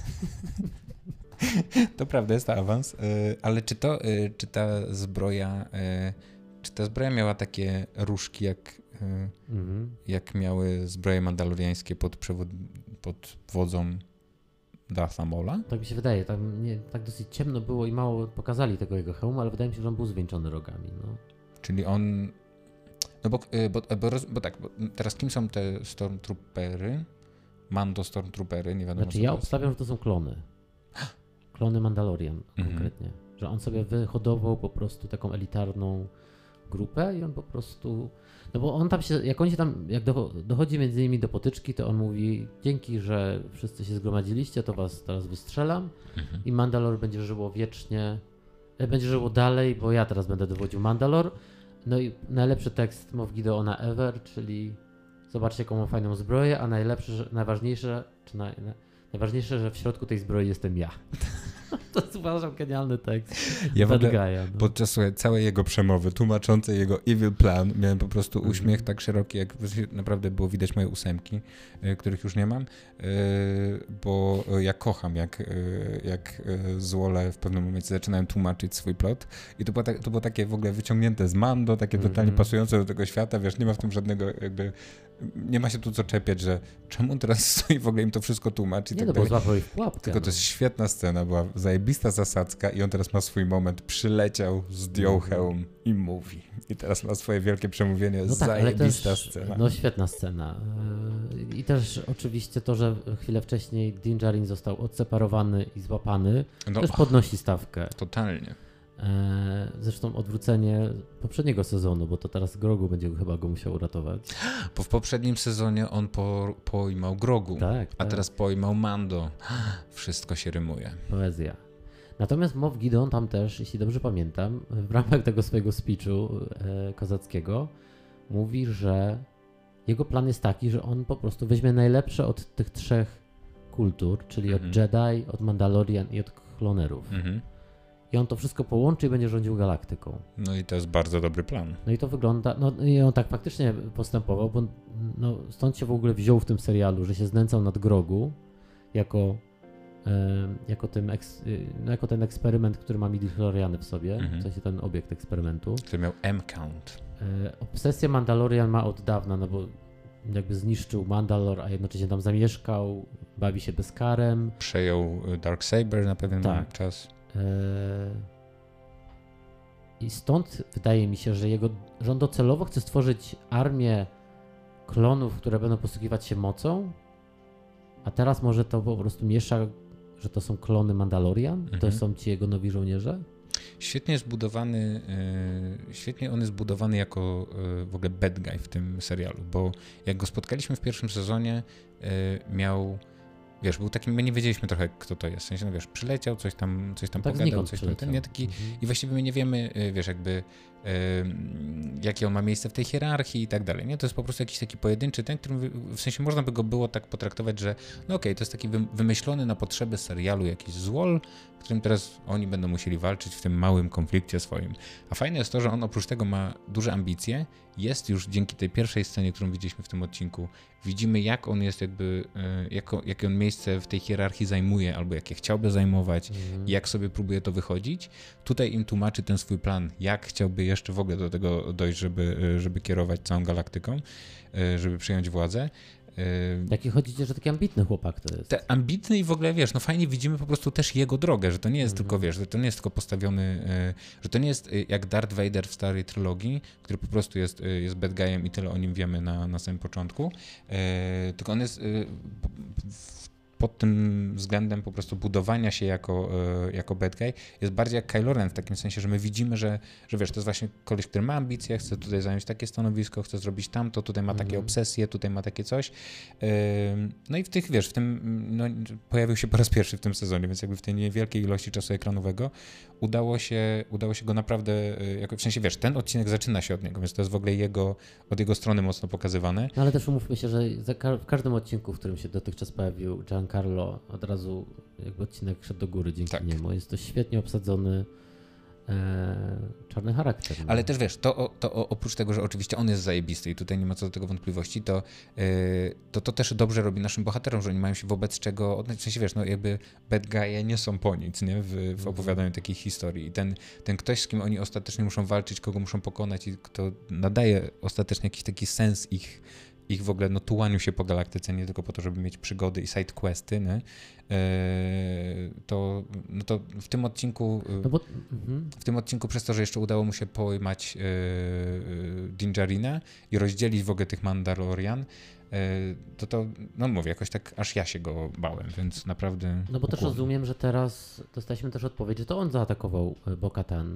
A: to prawda, jest to awans. Ale czy to, czy ta zbroja, czy ta zbroja miała takie różki, jak, mhm. jak miały zbroje mandaloriańskie pod, przewod... pod wodzą Dartha Maula?
B: Tak mi się wydaje. Tam nie, tak dosyć ciemno było i mało pokazali tego jego hełmu, ale wydaje mi się, że on był zwieńczony rogami. No.
A: Czyli on... No bo, bo, bo, bo tak, bo teraz kim są te Stormtroopery? Mando Stormtroopery, nie wiadomo.
B: Znaczy ja obstawiam, że to są klony. Klony Mandalorian mhm. konkretnie. Że on sobie wyhodował po prostu taką elitarną grupę i on po prostu... No bo on tam się, jak on się tam, jak do, dochodzi między nimi do potyczki, to on mówi, dzięki, że wszyscy się zgromadziliście, to was teraz wystrzelam mhm. i Mandalor będzie żyło wiecznie, będzie żyło dalej, bo ja teraz będę dowodził Mandalor. No i najlepszy tekst Moff Gideona ever, czyli zobaczcie, jaką mam fajną zbroję, a najlepsze, najważniejsze, czy naj, najważniejsze, że w środku tej zbroi jestem ja. To jest, uważam, genialny tekst. Ja w ogóle Gaia, no.
A: Podczas całej jego przemowy tłumaczącej jego evil plan miałem po prostu mm-hmm. uśmiech tak szeroki, jak naprawdę było widać moje ósemki, y, których już nie mam, y, bo ja kocham, jak, y, jak złole w pewnym momencie zaczynają tłumaczyć swój plot i to było, ta, to było takie w ogóle wyciągnięte z Mando, takie mm-hmm. totalnie pasujące do tego świata, wiesz, nie ma w tym żadnego jakby, nie ma się tu co czepiać, że czemu on teraz stoi w ogóle im to wszystko tłumaczy.
B: Nie,
A: tak
B: no bo złapał ich w pułapkę.
A: Tylko to jest świetna scena, była zajebista zasadzka i on teraz ma swój moment, przyleciał, zdjął hełm i mówi. I teraz ma swoje wielkie przemówienie, no tak, zajebista też, scena.
B: No świetna scena. I też oczywiście to, że chwilę wcześniej Din Djarin został odseparowany i złapany, no, też podnosi stawkę.
A: Totalnie.
B: Zresztą odwrócenie poprzedniego sezonu, bo to teraz Grogu będzie chyba go musiał uratować.
A: Bo w poprzednim sezonie on po, pojmał Grogu,
B: tak,
A: a
B: tak.
A: teraz pojmał Mando. Wszystko się rymuje.
B: Poezja. Natomiast Moff Gideon tam też, jeśli dobrze pamiętam, w ramach tego swojego speechu e, kozackiego mówi, że jego plan jest taki, że on po prostu weźmie najlepsze od tych trzech kultur, czyli mm-hmm. od Jedi, od Mandalorian i od klonerów. Mm-hmm. I on to wszystko połączy i będzie rządził galaktyką.
A: No i to jest bardzo dobry plan.
B: No i to wygląda, no i on tak faktycznie postępował, bo no, stąd się w ogóle wziął w tym serialu, że się znęcał nad Grogu jako, e, jako, tym eks, no, jako ten eksperyment, który ma midichloriany w sobie, mhm. w sensie ten obiekt eksperymentu.
A: Który miał M-count.
B: E, obsesję Mandalorian ma od dawna, no bo jakby zniszczył Mandalor, a jednocześnie tam zamieszkał, bawi się Beskarem.
A: Przejął Darksaber na pewien
B: tak.
A: czas.
B: I stąd wydaje mi się, że, jego, że on docelowo chce stworzyć armię klonów, które będą posługiwać się mocą, a teraz może to po prostu miesza, że to są klony Mandalorian, mhm. to są ci jego nowi żołnierze?
A: Świetnie zbudowany, yy, świetnie on jest zbudowany jako yy, w ogóle bad guy w tym serialu, bo jak go spotkaliśmy w pierwszym sezonie, yy, miał, wiesz, był takim, my nie wiedzieliśmy trochę, kto to jest, w sensie, no wiesz, przyleciał, coś tam, coś tam
B: tak
A: pogadał, coś tam, ten, nie, taki,
B: mhm.
A: i właściwie my nie wiemy, yy, wiesz, jakby yy, jakie on ma miejsce w tej hierarchii i tak dalej, nie, to jest po prostu jakiś taki pojedynczy ten, który, w sensie można by go było tak potraktować, że no okej, okay, to jest taki wymyślony na potrzeby serialu jakiś złol, w którym teraz oni będą musieli walczyć w tym małym konflikcie swoim. A fajne jest to, że on oprócz tego ma duże ambicje, jest już dzięki tej pierwszej scenie, którą widzieliśmy w tym odcinku, widzimy jak on jest jakby, jako, jakie on miejsce w tej hierarchii zajmuje, albo jakie chciałby zajmować, mm. jak sobie próbuje to wychodzić. Tutaj im tłumaczy ten swój plan, jak chciałby jeszcze w ogóle do tego dojść, żeby, żeby kierować całą galaktyką, żeby przejąć władzę.
B: Taki chodzicie, że taki ambitny chłopak to jest.
A: Te ambitny i w ogóle, wiesz, no fajnie widzimy po prostu też jego drogę, że to nie jest mm-hmm. tylko, wiesz, że to nie jest tylko postawiony, że to nie jest jak Darth Vader w starej trylogii, który po prostu jest, jest bad guyem i tyle o nim wiemy na, na samym początku, tylko on jest pod tym względem po prostu budowania się jako, jako bad guy jest bardziej jak Kylo Ren w takim sensie, że my widzimy, że, że wiesz, to jest właśnie koleś, który ma ambicje, chce tutaj zająć takie stanowisko, chce zrobić tamto, tutaj ma takie mm. obsesje, tutaj ma takie coś. No i w tych, wiesz, w tym, no, pojawił się po raz pierwszy w tym sezonie, więc jakby w tej niewielkiej ilości czasu ekranowego udało się, udało się go naprawdę, jako, w sensie, wiesz, ten odcinek zaczyna się od niego, więc to jest w ogóle jego, od jego strony mocno pokazywane.
B: No ale też umówmy się, że za ka- w każdym odcinku, w którym się dotychczas pojawił Giancarlo, od razu jakby odcinek szedł do góry dzięki tak. niemu. Jest to świetnie obsadzony e, czarny charakter. No.
A: Ale też wiesz, to, to oprócz tego, że oczywiście on jest zajebisty i tutaj nie ma co do tego wątpliwości, to, yy, to to też dobrze robi naszym bohaterom, że oni mają się wobec czego, w sensie wiesz, no jakby bad guy'e nie są po nic, nie? W, w opowiadaniu takich historii. I ten, ten ktoś, z kim oni ostatecznie muszą walczyć, kogo muszą pokonać i kto nadaje ostatecznie jakiś taki sens ich ich w ogóle no, tułaniu się po galaktyce, nie tylko po to, żeby mieć przygody i side questy, nie? Eee, to, no to w tym odcinku no bo, w tym odcinku przez to, że jeszcze udało mu się pojmać e, Din Djarinę i rozdzielić w ogóle tych Mandalorian, to to, no mówię, jakoś tak aż ja się go bałem, więc naprawdę...
B: No bo też rozumiem, że teraz dostaliśmy też odpowiedź, że to on zaatakował Bo-Katan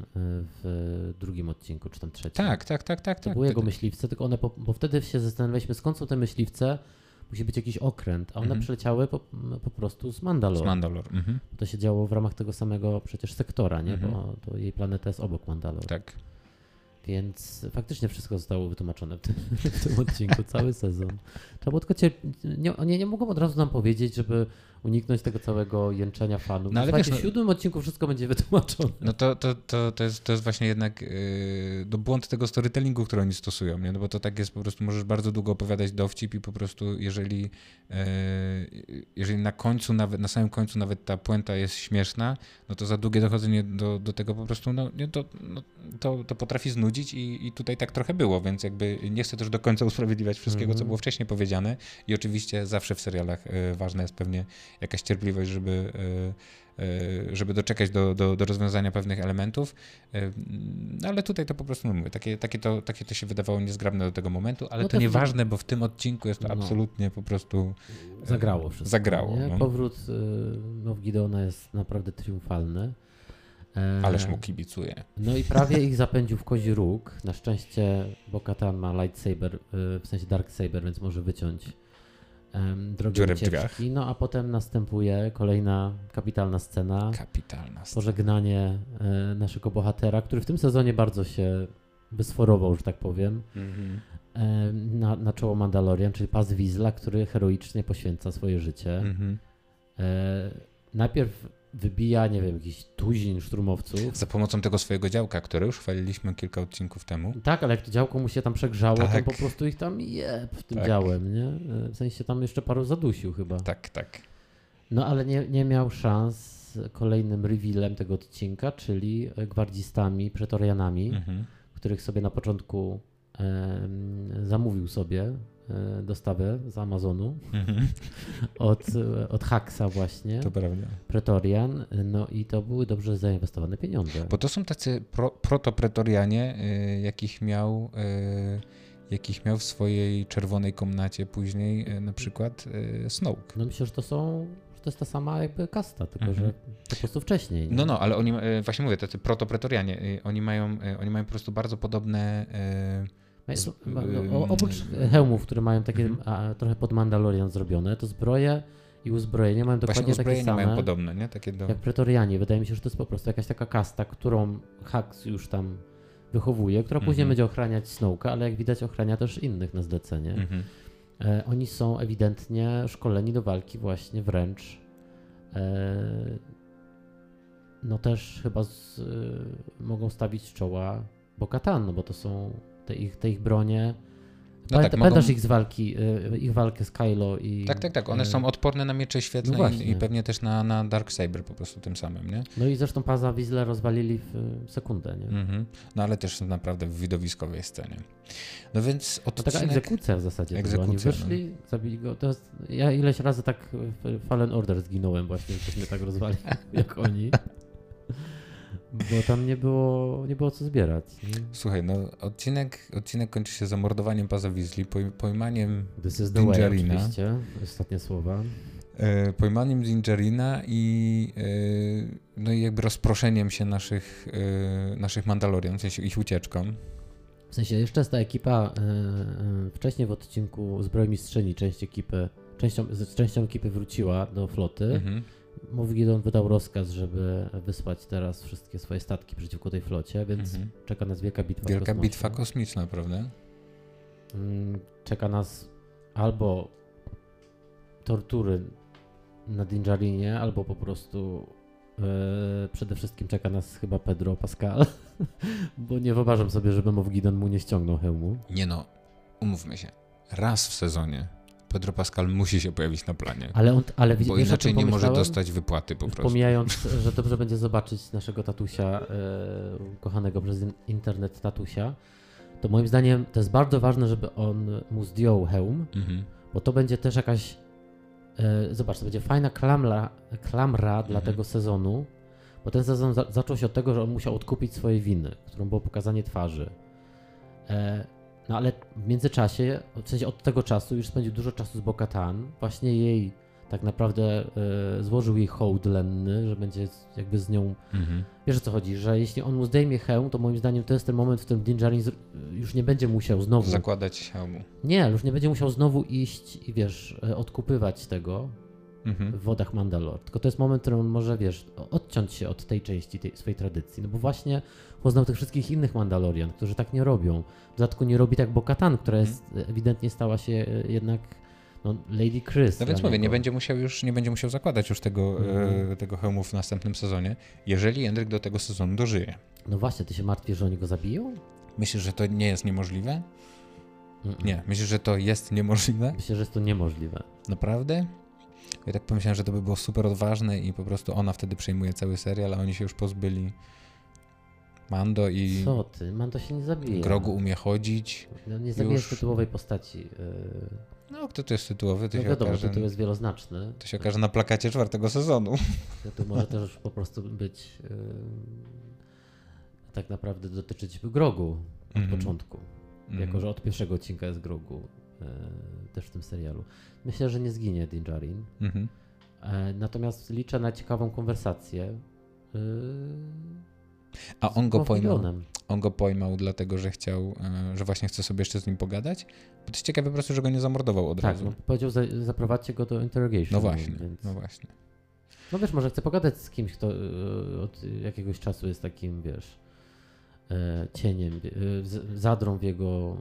B: w drugim odcinku, czy tam trzecim.
A: Tak, tak, tak, tak.
B: To
A: tak,
B: były jego
A: tak.
B: myśliwce, tylko one, po, bo wtedy się zastanawialiśmy, skąd są te myśliwce, musi być jakiś okręt, a one mhm. przyleciały po, po prostu z Mandalore.
A: Z Mandalore. Mhm.
B: To się działo w ramach tego samego przecież sektora, nie?
A: Mhm.
B: Bo to jej planeta jest obok Mandalore.
A: Tak.
B: Więc faktycznie wszystko zostało wytłumaczone w tym, w tym odcinku, cały sezon. Trzeba było tylko cię, nie, oni nie mogą od razu nam powiedzieć, żeby uniknąć tego całego jęczenia fanów. No, ale wiesz, no, w siódmym odcinku wszystko będzie wytłumaczone.
A: No to, to, to, to, jest, to jest właśnie jednak yy, no błąd tego storytellingu, który oni stosują, nie? No bo to tak jest, po prostu możesz bardzo długo opowiadać dowcip i po prostu jeżeli, yy, jeżeli na końcu, nawet na samym końcu nawet ta puenta jest śmieszna, no to za długie dochodzenie do, do tego po prostu, no, nie, to, no to, to potrafi znudzić i, i tutaj tak trochę było, więc jakby nie chcę też do końca usprawiedliwiać wszystkiego, mm-hmm. co było wcześniej powiedziane i oczywiście zawsze w serialach yy, ważna jest pewnie jakaś cierpliwość, żeby, żeby doczekać do, do, do rozwiązania pewnych elementów, ale tutaj to po prostu, no mówię, takie, takie, to, takie to się wydawało niezgrabne do tego momentu, ale no to nieważne, bo w tym odcinku jest to no. absolutnie po prostu
B: zagrało wszystko.
A: Zagrało.
B: No. Powrót Moff Gideona jest naprawdę triumfalny.
A: Ależ mu kibicuje.
B: No i prawie ich zapędził w kozi róg. Na szczęście Bo-Katan ma lightsaber, w sensie dark saber, więc może wyciąć drogę ucieczki. No a potem następuje kolejna kapitalna scena.
A: Kapitalna scena.
B: Pożegnanie e, naszego bohatera, który w tym sezonie bardzo się wysforował, że tak powiem, mm-hmm. e, na, na czoło Mandalorian, czyli Paz Vizsla, który heroicznie poświęca swoje życie. Mm-hmm. E, najpierw wybija, nie wiem, jakiś tuzin szturmowców.
A: Za pomocą tego swojego działka, które już chwaliliśmy kilka odcinków temu.
B: Tak, ale jak to działko mu się tam przegrzało, tak. to po prostu ich tam jeb tym tak. działem, nie? W sensie tam jeszcze paru zadusił chyba.
A: Tak, tak.
B: No ale nie, nie miał szans kolejnym revealem tego odcinka, czyli gwardzistami, pretorianami, mhm. których sobie na początku e, zamówił sobie dostawę z Amazonu mm-hmm. od, od Haxa właśnie.
A: To prawda.
B: Pretorian, no i to były dobrze zainwestowane pieniądze.
A: Bo to są tacy pro, proto-pretorianie, y, jakich miał y, jakich miał w swojej czerwonej komnacie później y, na przykład y, Snoke.
B: No myślę, że to są, że to jest ta sama jakby kasta, tylko mm-hmm. że po prostu wcześniej. Nie?
A: No, no, ale oni, y, właśnie mówię, tacy proto-pretorianie, y, oni mają, y, oni mają po prostu bardzo podobne y,
B: Z, no, oprócz hełmów, które mają takie mm-hmm. a, trochę pod Mandalorian zrobione, to zbroje i uzbrojenie mają dokładnie takie same
A: mają podobne, nie? Takie do...
B: jak Pretorianie. Wydaje mi się, że to jest po prostu jakaś taka kasta, którą Hux już tam wychowuje, która mm-hmm. później będzie ochraniać Snoke'a, ale jak widać ochrania też innych na zlecenie. Mm-hmm. E, oni są ewidentnie szkoleni do walki właśnie wręcz. E, no też chyba z, e, mogą stawić czoła Bo-Katan, no bo to są Te ich, te ich bronie. No Pamięta, tak, pamiętasz mogą... ich z walki, ich walkę z Kylo i...
A: Tak, tak, tak. One są odporne na miecze świetlne no i, i pewnie też na, na Darksaber po prostu tym samym, nie?
B: No i zresztą Paza Vizsla rozwalili w sekundę, nie? Mm-hmm.
A: No ale też naprawdę w widowiskowej scenie. No więc odcinek...
B: To taka egzekucja w zasadzie. Egzekucja, Oni wyszli, no. zabili go. To jest... Ja ileś razy tak w Fallen Order zginąłem właśnie, ktoś mnie tak rozwalił jak oni. Bo tam nie było, nie było co zbierać. Nie?
A: Słuchaj, no odcinek, odcinek kończy się zamordowaniem Paza Vizsli, pojmaniem
B: This is the way, oczywiście. Ostatnie słowa.
A: E, pojmaniem Dingerina i e, no i jakby rozproszeniem się naszych, e, naszych Mandalorian, w sensie ich ucieczką.
B: W sensie jeszcze jest ta ekipa, e, e, wcześniej w odcinku Zbrojmistrzyni część ekipy, częścią, z częścią ekipy wróciła do floty. Mhm. Moff Gideon wydał rozkaz, żeby wysłać teraz wszystkie swoje statki przeciwko tej flocie, więc mhm. czeka nas wielka bitwa
A: Wielka kosmoczna. bitwa kosmiczna, prawda?
B: Czeka nas albo tortury na Din Djarinie, albo po prostu yy, przede wszystkim czeka nas chyba Pedro Pascal, bo nie wyobrażam sobie, żeby Moff Gideon mu nie ściągnął hełmu.
A: Nie no, umówmy się, raz w sezonie Pedro Pascal musi się pojawić na planie,
B: ale on, ale
A: bo wiesz, inaczej nie może dostać wypłaty po prostu.
B: Pomijając, że dobrze będzie zobaczyć naszego tatusia, e, kochanego przez internet tatusia, to moim zdaniem to jest bardzo ważne, żeby on mu zdjął hełm, mhm. bo to będzie też jakaś, e, zobacz, to będzie fajna klamra, klamra mhm. dla tego sezonu, bo ten sezon za, zaczął się od tego, że on musiał odkupić swoje winy, którą było pokazanie twarzy. E, No ale w międzyczasie, w sensie od tego czasu już spędził dużo czasu z Bo-Katan, właśnie jej tak naprawdę e, złożył jej hołd lenny, że będzie jakby z nią, mhm. wiesz o co chodzi, że jeśli on mu zdejmie hełm, to moim zdaniem to jest ten moment, w którym Din Djarin już nie będzie musiał znowu...
A: Zakładać hełmu.
B: Nie, już nie będzie musiał znowu iść i wiesz, odkupywać tego mhm. w wodach Mandalore, tylko to jest moment, w którym on może, wiesz, odciąć się od tej części tej swojej tradycji, no bo właśnie poznał tych wszystkich innych Mandalorian, którzy tak nie robią. W dodatku nie robi tak Bo-Katan, która jest hmm. ewidentnie stała się jednak no, Lady Chris.
A: No więc mówię, nie będzie musiał już, nie będzie musiał zakładać już tego, hmm. e, tego hełmu w następnym sezonie, jeżeli Jędryk do tego sezonu dożyje.
B: No właśnie, ty się martwisz, że oni go zabiją?
A: Myślisz, że to nie jest niemożliwe? Mm-mm. Nie, myślisz, że to jest niemożliwe?
B: Myślę, że jest to niemożliwe.
A: Naprawdę? Ja tak pomyślałem, że to by było super odważne i po prostu ona wtedy przejmuje cały serial, a oni się już pozbyli Mando i...
B: Co ty? Mando się nie zabija.
A: Grogu umie chodzić.
B: No, nie zabija już... tytułowej postaci.
A: No, kto to jest tytułowy? To
B: no
A: się
B: wiadomo,
A: okaże...
B: tytuł jest wieloznaczny.
A: To się okaże na plakacie czwartego sezonu.
B: To może też po prostu być yy, tak naprawdę dotyczyć Grogu od mm-hmm. początku. Mm-hmm. Jako, że od pierwszego odcinka jest Grogu yy, też w tym serialu. Myślę, że nie zginie Din Djarin. Mm-hmm. Yy, natomiast liczę na ciekawą konwersację. Yy,
A: A on go pojmał, on go pojmał dlatego, że chciał, że właśnie chce sobie jeszcze z nim pogadać? Bo to jest ciekawe po prostu, że go nie zamordował od
B: tak,
A: razu.
B: Tak, no, powiedział, za, zaprowadźcie go do interrogation.
A: No właśnie,
B: więc...
A: no właśnie.
B: No wiesz, może chce pogadać z kimś, kto od jakiegoś czasu jest takim, wiesz, cieniem, zadrą w jego...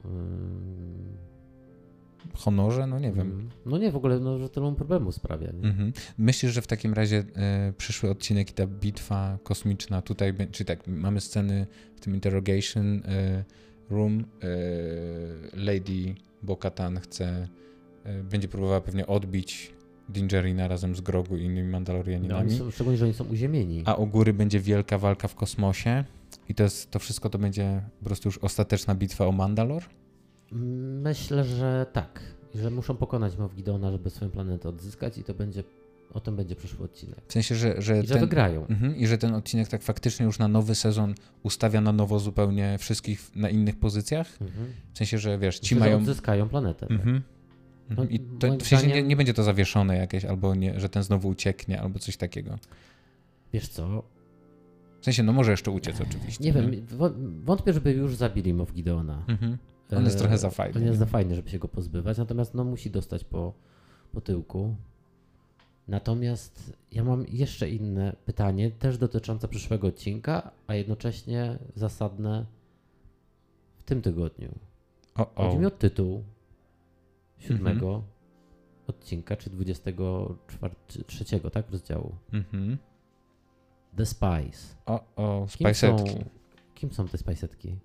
A: honorze? No nie wiem.
B: No nie, w ogóle, no, że to mu problemu sprawia. Nie? Mhm.
A: Myślisz, że w takim razie e, przyszły odcinek i ta bitwa kosmiczna tutaj, czy tak, mamy sceny w tym interrogation e, room, e, Lady Bo-Katan chce, e, będzie próbowała pewnie odbić Din Djarina razem z Grogu i innymi Mandalorianinami.
B: No, są, szczególnie, że oni są uziemieni.
A: A u góry będzie wielka walka w kosmosie i to, jest, to wszystko to będzie po prostu już ostateczna bitwa o Mandalore?
B: Myślę, że tak. I że muszą pokonać Moff Gideona, żeby swoją planetę odzyskać i to będzie, o tym będzie przyszły odcinek.
A: W sensie, że... że
B: I że
A: ten,
B: wygrają.
A: Mhm, I że ten odcinek tak faktycznie już na nowy sezon ustawia na nowo zupełnie wszystkich na innych pozycjach? Mhm. W sensie, że wiesz, ci
B: Myślę,
A: mają...
B: że odzyskają planetę. Tak?
A: Mhm. No, I to, w sensie zdaniem... nie, nie będzie to zawieszone jakieś, albo nie, że ten znowu ucieknie, albo coś takiego.
B: Wiesz co?
A: W sensie, no może jeszcze uciec oczywiście.
B: Nie, nie? wiem, wątpię, żeby już zabili Moff Gideona.
A: Mhm. On jest e, trochę za fajny.
B: On jest za fajny, żeby się go pozbywać, natomiast no musi dostać po, po tyłku. Natomiast ja mam jeszcze inne pytanie, też dotyczące przyszłego odcinka, a jednocześnie zasadne w tym tygodniu.
A: O, o.
B: Chodzi mi o tytuł siódmego mhm. odcinka, czy dwudziestego trzeciego, tak, rozdziału. Mhm. The Spice.
A: O, o, spajsetki.
B: Kim są, kim są te spajsetki?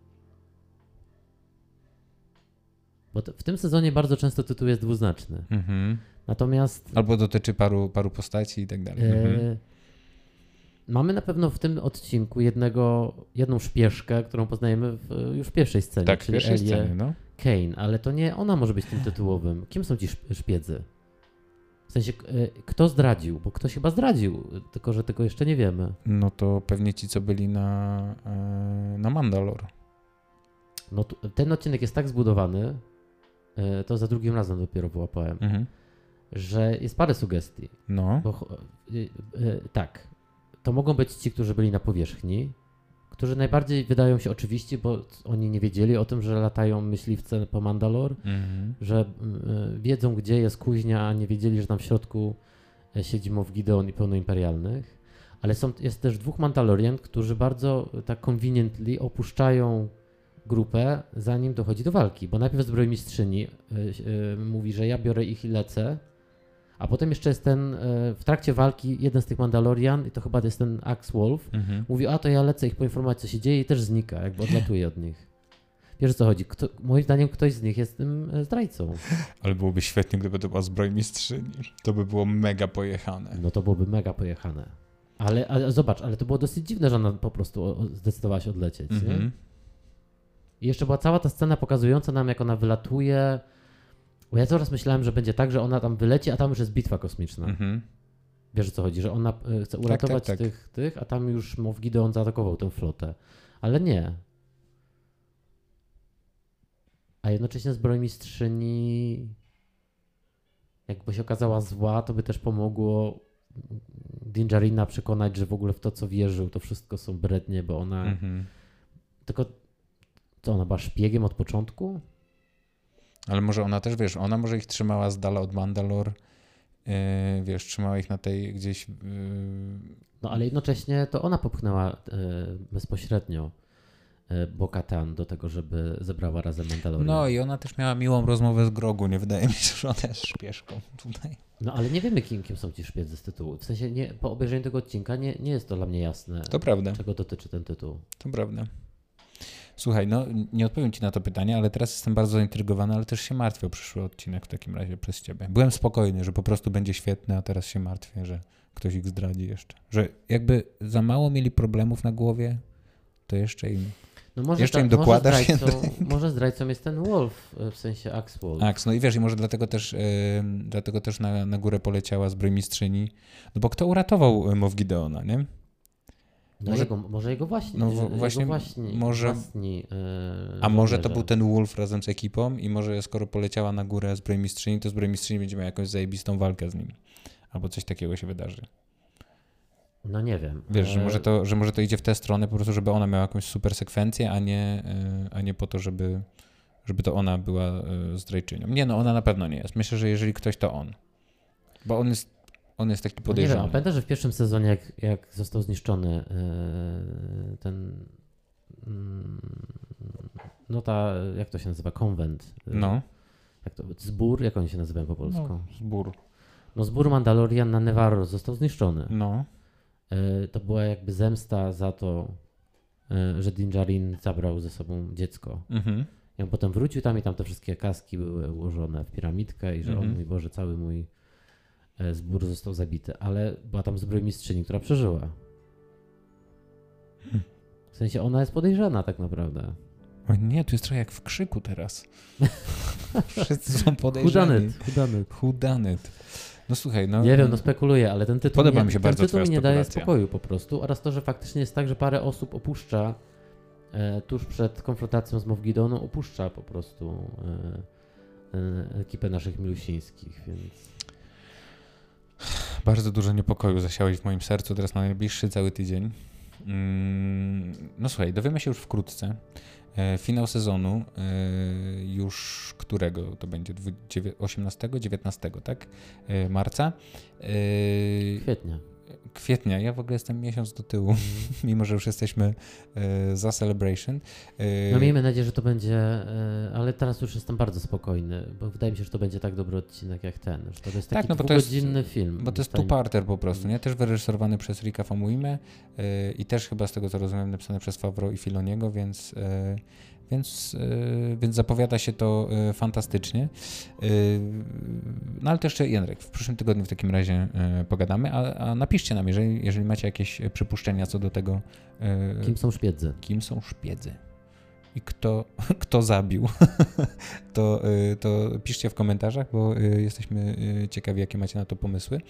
B: Bo to, w tym sezonie bardzo często tytuł jest dwuznaczny. Mhm. Natomiast...
A: Albo dotyczy paru, paru postaci i tak dalej.
B: E,
A: mhm.
B: Mamy na pewno w tym odcinku jednego, jedną szpieszkę, którą poznajemy w, już w pierwszej scenie,
A: tak,
B: czyli
A: pierwszej
B: Elię
A: scenie, no.
B: Kane, ale to nie ona może być tym tytułowym. Kim są ci szpiedzy? W sensie, kto zdradził? Bo ktoś chyba zdradził, tylko że tego jeszcze nie wiemy.
A: No to pewnie ci, co byli na, na Mandalore.
B: No to, ten odcinek jest tak zbudowany, to za drugim razem dopiero wyłapałem, mhm. że jest parę sugestii.
A: No.
B: Bo, y, y, tak, to mogą być ci, którzy byli na powierzchni, którzy najbardziej wydają się oczywiści, bo oni nie wiedzieli o tym, że latają myśliwce po Mandalore, mhm. że y, wiedzą, gdzie jest kuźnia, a nie wiedzieli, że tam w środku siedzi Moff Gideon i pełno imperialnych. Ale są, jest też dwóch Mandalorian, którzy bardzo tak conveniently opuszczają grupę, zanim dochodzi do walki, bo najpierw zbrojmistrzyni y, y, mówi, że ja biorę ich i lecę, a potem jeszcze jest ten, y, w trakcie walki jeden z tych Mandalorian, i to chyba jest ten Axe Wolf, mhm. mówi, a to ja lecę ich poinformować, co się dzieje, i też znika, jakby odlatuje od nich. Wiesz, o co chodzi? Kto, moim zdaniem ktoś z nich jest tym zdrajcą.
A: Ale byłoby świetnie, gdyby to była zbrojmistrzyni. To by było mega pojechane.
B: No to byłoby mega pojechane. Ale, ale zobacz, ale to było dosyć dziwne, że ona po prostu zdecydowała się odlecieć, mhm. nie? I jeszcze była cała ta scena pokazująca nam, jak ona wylatuje. Bo ja coraz myślałem, że będzie tak, że ona tam wyleci, a tam już jest bitwa kosmiczna. Mm-hmm. Wiesz, o co chodzi? Że ona chce uratować tak, tak, tak. Tych, tych, a tam już Moff Gideon zaatakował tę flotę. Ale nie. A jednocześnie zbrojmistrzyni, jakby się okazała zła, to by też pomogło Din Djarina przekonać, że w ogóle w to, co wierzył, to wszystko są brednie, bo ona... Mm-hmm. Tylko... Co, ona była szpiegiem od początku?
A: Ale może ona też, wiesz, ona może ich trzymała z dala od Mandalore, yy, wiesz, trzymała ich na tej gdzieś... Yy...
B: No ale jednocześnie to ona popchnęła yy, bezpośrednio yy, Bo-Katan do tego, żeby zebrała razem Mandalorian.
A: No i ona też miała miłą rozmowę z Grogu, nie wydaje mi się, że ona jest szpieszką tutaj.
B: No ale nie wiemy, kim, kim są ci szpiedzy z tytułu. W sensie nie, po obejrzeniu tego odcinka nie, nie jest to dla mnie jasne,
A: to prawda.
B: Czego dotyczy ten tytuł.
A: To prawda. Słuchaj, no nie odpowiem ci na to pytanie, ale teraz jestem bardzo zaintrygowany, ale też się martwię o przyszły odcinek w takim razie przez ciebie. Byłem spokojny, że po prostu będzie świetny, a teraz się martwię, że ktoś ich zdradzi jeszcze. Że jakby za mało mieli problemów na głowie, to jeszcze im,
B: no może
A: jeszcze
B: ta,
A: im dokładasz.
B: Może zdrajcą, może zdrajcą jest ten Wolf, w sensie Axe Wolf.
A: Axe, no i wiesz, i może dlatego też, yy, dlatego też na, na górę poleciała zbrojmistrzyni, no bo kto uratował Moff Gideona, nie?
B: No może, jego, może jego właśnie,
A: no
B: jego
A: właśnie,
B: właśnie
A: może,
B: własni, yy,
A: a może to był ten Wolf razem z ekipą i może skoro poleciała na górę zbrojmistrzyni, to zbrojmistrzyni będzie miała jakąś zajebistą walkę z nimi. Albo coś takiego się wydarzy.
B: No nie wiem.
A: Wiesz, że może to, że może to idzie w tę stronę po prostu, żeby ona miała jakąś super sekwencję, a nie, a nie po to, żeby, żeby to ona była zdrajczynią. Nie, no ona na pewno nie jest. Myślę, że jeżeli ktoś, to on. Bo on jest On jest taki podejrzany.
B: No nie wiem, pamiętasz, że w pierwszym sezonie, jak, jak został zniszczony yy, ten, yy, no ta, jak to się nazywa, konwent. Yy,
A: no.
B: Jak to, zbór, jak on się nazywa po polsku?
A: No, zbór.
B: No zbór Mandalorian na Nevarro został zniszczony.
A: No.
B: Yy, to była jakby zemsta za to, yy, że Din Djarin zabrał ze sobą dziecko. Mhm. I on potem wrócił tam i tam te wszystkie kaski były ułożone w piramidkę i że mhm. on, mój Boże, cały mój zbór został zabity, ale była tam zbrojmistrzyni, która przeżyła. W sensie ona jest podejrzana tak naprawdę.
A: O nie, tu jest trochę jak w Krzyku teraz. Wszyscy są podejrzani.
B: Whodunit.
A: Whodunit. No słuchaj, no...
B: Nie wiem, no spekuluję, ale ten tytuł,
A: Podoba
B: nie,
A: mi się
B: ten
A: bardzo
B: tytuł
A: twoja
B: mi nie daje
A: spekulacja.
B: spokoju po prostu. Oraz to, że faktycznie jest tak, że parę osób opuszcza e, tuż przed konfrontacją z Moff Gideoną, opuszcza po prostu e, e, ekipę naszych milusińskich, więc...
A: Bardzo dużo niepokoju zasiałeś w moim sercu teraz na najbliższy cały tydzień. Mm, no słuchaj, dowiemy się już wkrótce. E, finał sezonu, e, już którego to będzie? osiemnastego, dziewiętnastego, tak? E, marca. E,
B: Kwietnia.
A: Kwietnia, ja w ogóle jestem miesiąc do tyłu, mm. mimo że już jesteśmy e, za Celebration. E,
B: no miejmy nadzieję, że to będzie, e, ale teraz już jestem bardzo spokojny, bo wydaje mi się, że to będzie tak dobry odcinek jak ten, że to jest taki tak, no dwugodzinny film.
A: Bo to jest two-parter po prostu, nie? Też wyreżyserowany przez Ricka Famuyiwę e, i też chyba z tego co rozumiem napisany przez Favreau i Filoniego, więc... E, Więc, yy, więc zapowiada się to yy, fantastycznie. Yy, no ale to jeszcze, Jędrek, w przyszłym tygodniu w takim razie yy, pogadamy, a, a napiszcie nam, jeżeli, jeżeli macie jakieś przypuszczenia co do tego.
B: Yy, kim są szpiedzy?
A: Kim są szpiedzy i kto, kto zabił, to, yy, to piszcie w komentarzach, bo yy, jesteśmy yy, ciekawi, jakie macie na to pomysły.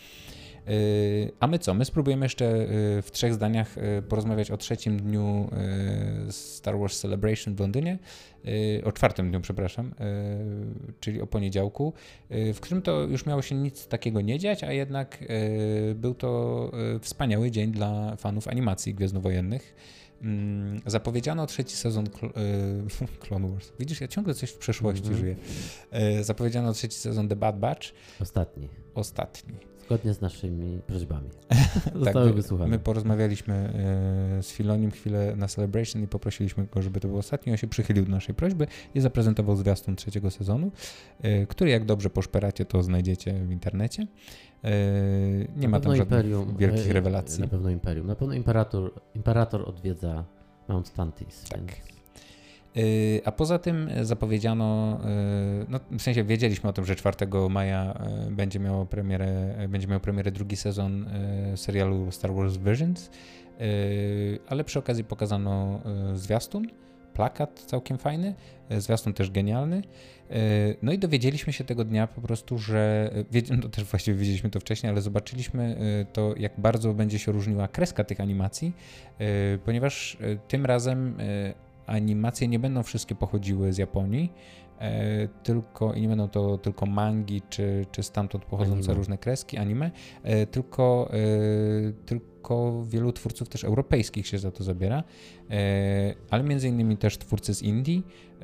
A: A my co? My spróbujemy jeszcze w trzech zdaniach porozmawiać o trzecim dniu Star Wars Celebration w Londynie, o czwartym dniu, przepraszam, czyli o poniedziałku, w którym to już miało się nic takiego nie dziać, a jednak był to wspaniały dzień dla fanów animacji gwiezdnowojennych. Zapowiedziano trzeci sezon Cl- Clone Wars. Widzisz, ja ciągle coś w przeszłości mm-hmm. żyję. Zapowiedziano trzeci sezon The Bad Batch.
B: Ostatni.
A: Ostatni.
B: Zgodnie z naszymi prośbami.
A: Zostały tak, wysłuchane. My porozmawialiśmy e, z Filonim chwilę na Celebration i poprosiliśmy go, żeby to był ostatni. On się przychylił do naszej prośby i zaprezentował zwiastun trzeciego sezonu, e, który jak dobrze poszperacie, to znajdziecie w internecie. E, nie na ma tam żadnych Imperium, wielkich rewelacji.
B: Na pewno Imperium. Na pewno Imperator, Imperator odwiedza Mount Tantis.
A: Tak.
B: Więc...
A: A poza tym zapowiedziano, no w sensie wiedzieliśmy o tym, że czwartego maja będzie miał premierę, będzie miał premierę drugi sezon serialu Star Wars Visions, ale przy okazji pokazano zwiastun, plakat całkiem fajny, zwiastun też genialny. No i dowiedzieliśmy się tego dnia po prostu, że, no też właściwie wiedzieliśmy to wcześniej, ale zobaczyliśmy to, jak bardzo będzie się różniła kreska tych animacji, ponieważ tym razem animacje nie będą wszystkie pochodziły z Japonii, e, tylko i nie będą to tylko mangi, czy, czy stamtąd pochodzące anime. Różne kreski, anime, e, tylko, e, tylko wielu twórców też europejskich się za to zabiera, e, ale między innymi też twórcy z Indii, e,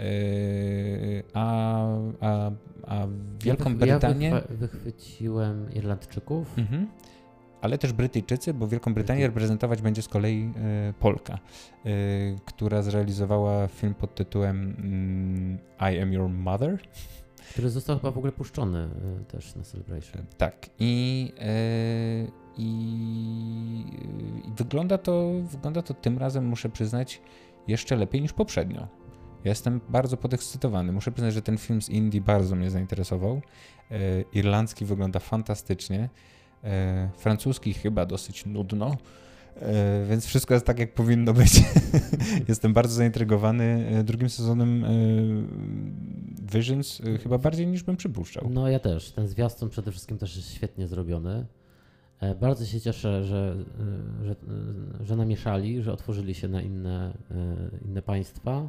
A: a, a, a Wielką
B: ja
A: Brytanię...
B: Ja wychwa- wychwyciłem Irlandczyków, mhm.
A: ale też Brytyjczycy, bo Wielką Brytanię reprezentować będzie z kolei y, Polka, y, która zrealizowała film pod tytułem y, I Am Your Mother.
B: Który został chyba w ogóle puszczony y, też na Celebration.
A: Tak. I, y, i, i wygląda to, wygląda to tym razem, muszę przyznać, jeszcze lepiej niż poprzednio. Ja jestem bardzo podekscytowany. Muszę przyznać, że ten film z Indii bardzo mnie zainteresował. Y, irlandzki wygląda fantastycznie. E, francuski chyba dosyć nudno, e, więc wszystko jest tak, jak powinno być. Jestem bardzo zaintrygowany drugim sezonem e, Visions, e, chyba bardziej niż bym przypuszczał.
B: No ja też. Ten zwiastun przede wszystkim też jest świetnie zrobiony. E, bardzo się cieszę, że, że, że namieszali, że otworzyli się na inne, inne państwa.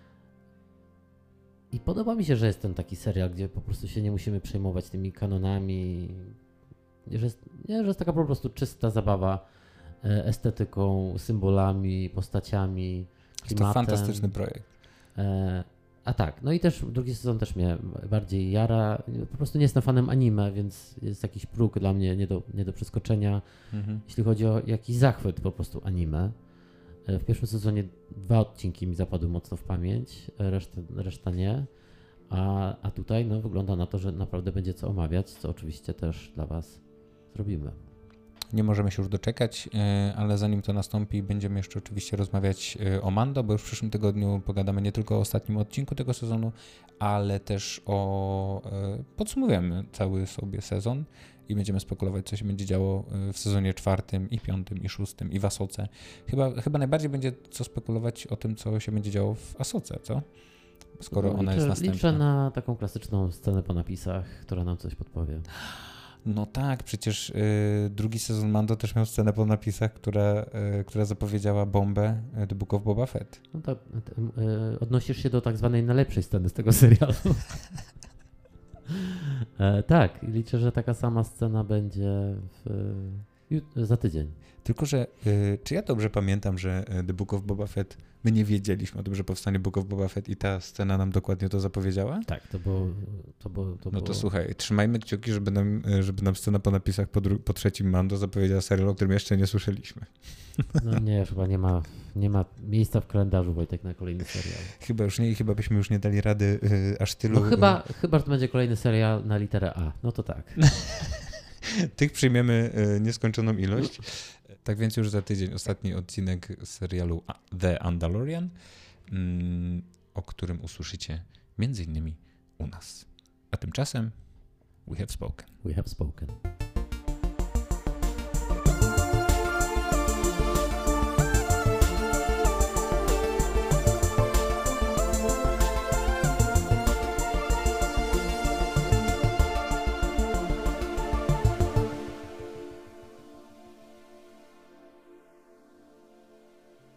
B: I podoba mi się, że jest ten taki serial, gdzie po prostu się nie musimy przejmować tymi kanonami, Że jest, nie, że jest taka po prostu czysta zabawa e, estetyką, symbolami, postaciami, klimatem.
A: Jest to fantastyczny projekt.
B: E, a tak, no i też drugi sezon też mnie bardziej jara. Po prostu nie jestem fanem anime, więc jest jakiś próg dla mnie nie do, nie do przeskoczenia, mhm. jeśli chodzi o jakiś zachwyt po prostu anime. E, w pierwszym sezonie dwa odcinki mi zapadły mocno w pamięć, reszta, reszta nie. A, a tutaj no, wygląda na to, że naprawdę będzie co omawiać, co oczywiście też dla Was zrobimy.
A: Nie możemy się już doczekać, ale zanim to nastąpi, będziemy jeszcze oczywiście rozmawiać o Mando, bo już w przyszłym tygodniu pogadamy nie tylko o ostatnim odcinku tego sezonu, ale też o podsumujemy cały sobie sezon i będziemy spekulować, co się będzie działo w sezonie czwartym i piątym i szóstym i w Asoce. Chyba, chyba najbardziej będzie co spekulować o tym, co się będzie działo w Asoce, co? Skoro
B: no,
A: ona
B: liczę,
A: jest następna.
B: Liczę na taką klasyczną scenę po napisach, która nam coś podpowie.
A: No tak, przecież y, drugi sezon Mando też miał scenę po napisach, która, y, która zapowiedziała bombę y, The Book of Boba Fett.
B: No to y, odnosisz się do tak zwanej najlepszej sceny z tego serialu. e, tak, liczę, że taka sama scena będzie w, y, za tydzień.
A: Tylko, że y, czy ja dobrze pamiętam, że The Book of Boba Fett, my nie wiedzieliśmy o tym, że powstanie Book of Boba Fett i ta scena nam dokładnie to zapowiedziała?
B: Tak, to było... To było to
A: no to
B: było...
A: słuchaj, trzymajmy kciuki, żeby nam, żeby nam scena po napisach po, dru- po trzecim Mando zapowiedziała serial, o którym jeszcze nie słyszeliśmy.
B: No nie, chyba nie ma, nie ma miejsca w kalendarzu, Wojtek, na kolejny serial.
A: Chyba już nie i chyba byśmy już nie dali rady y, aż tylu...
B: No chyba, y... chyba, że to będzie kolejny serial na literę A. No to tak.
A: Tych przyjmiemy y, nieskończoną ilość. Tak więc już za tydzień ostatni odcinek serialu The Mandalorian, mm, o którym usłyszycie między innymi u nas. A tymczasem we have spoken.
B: We have spoken.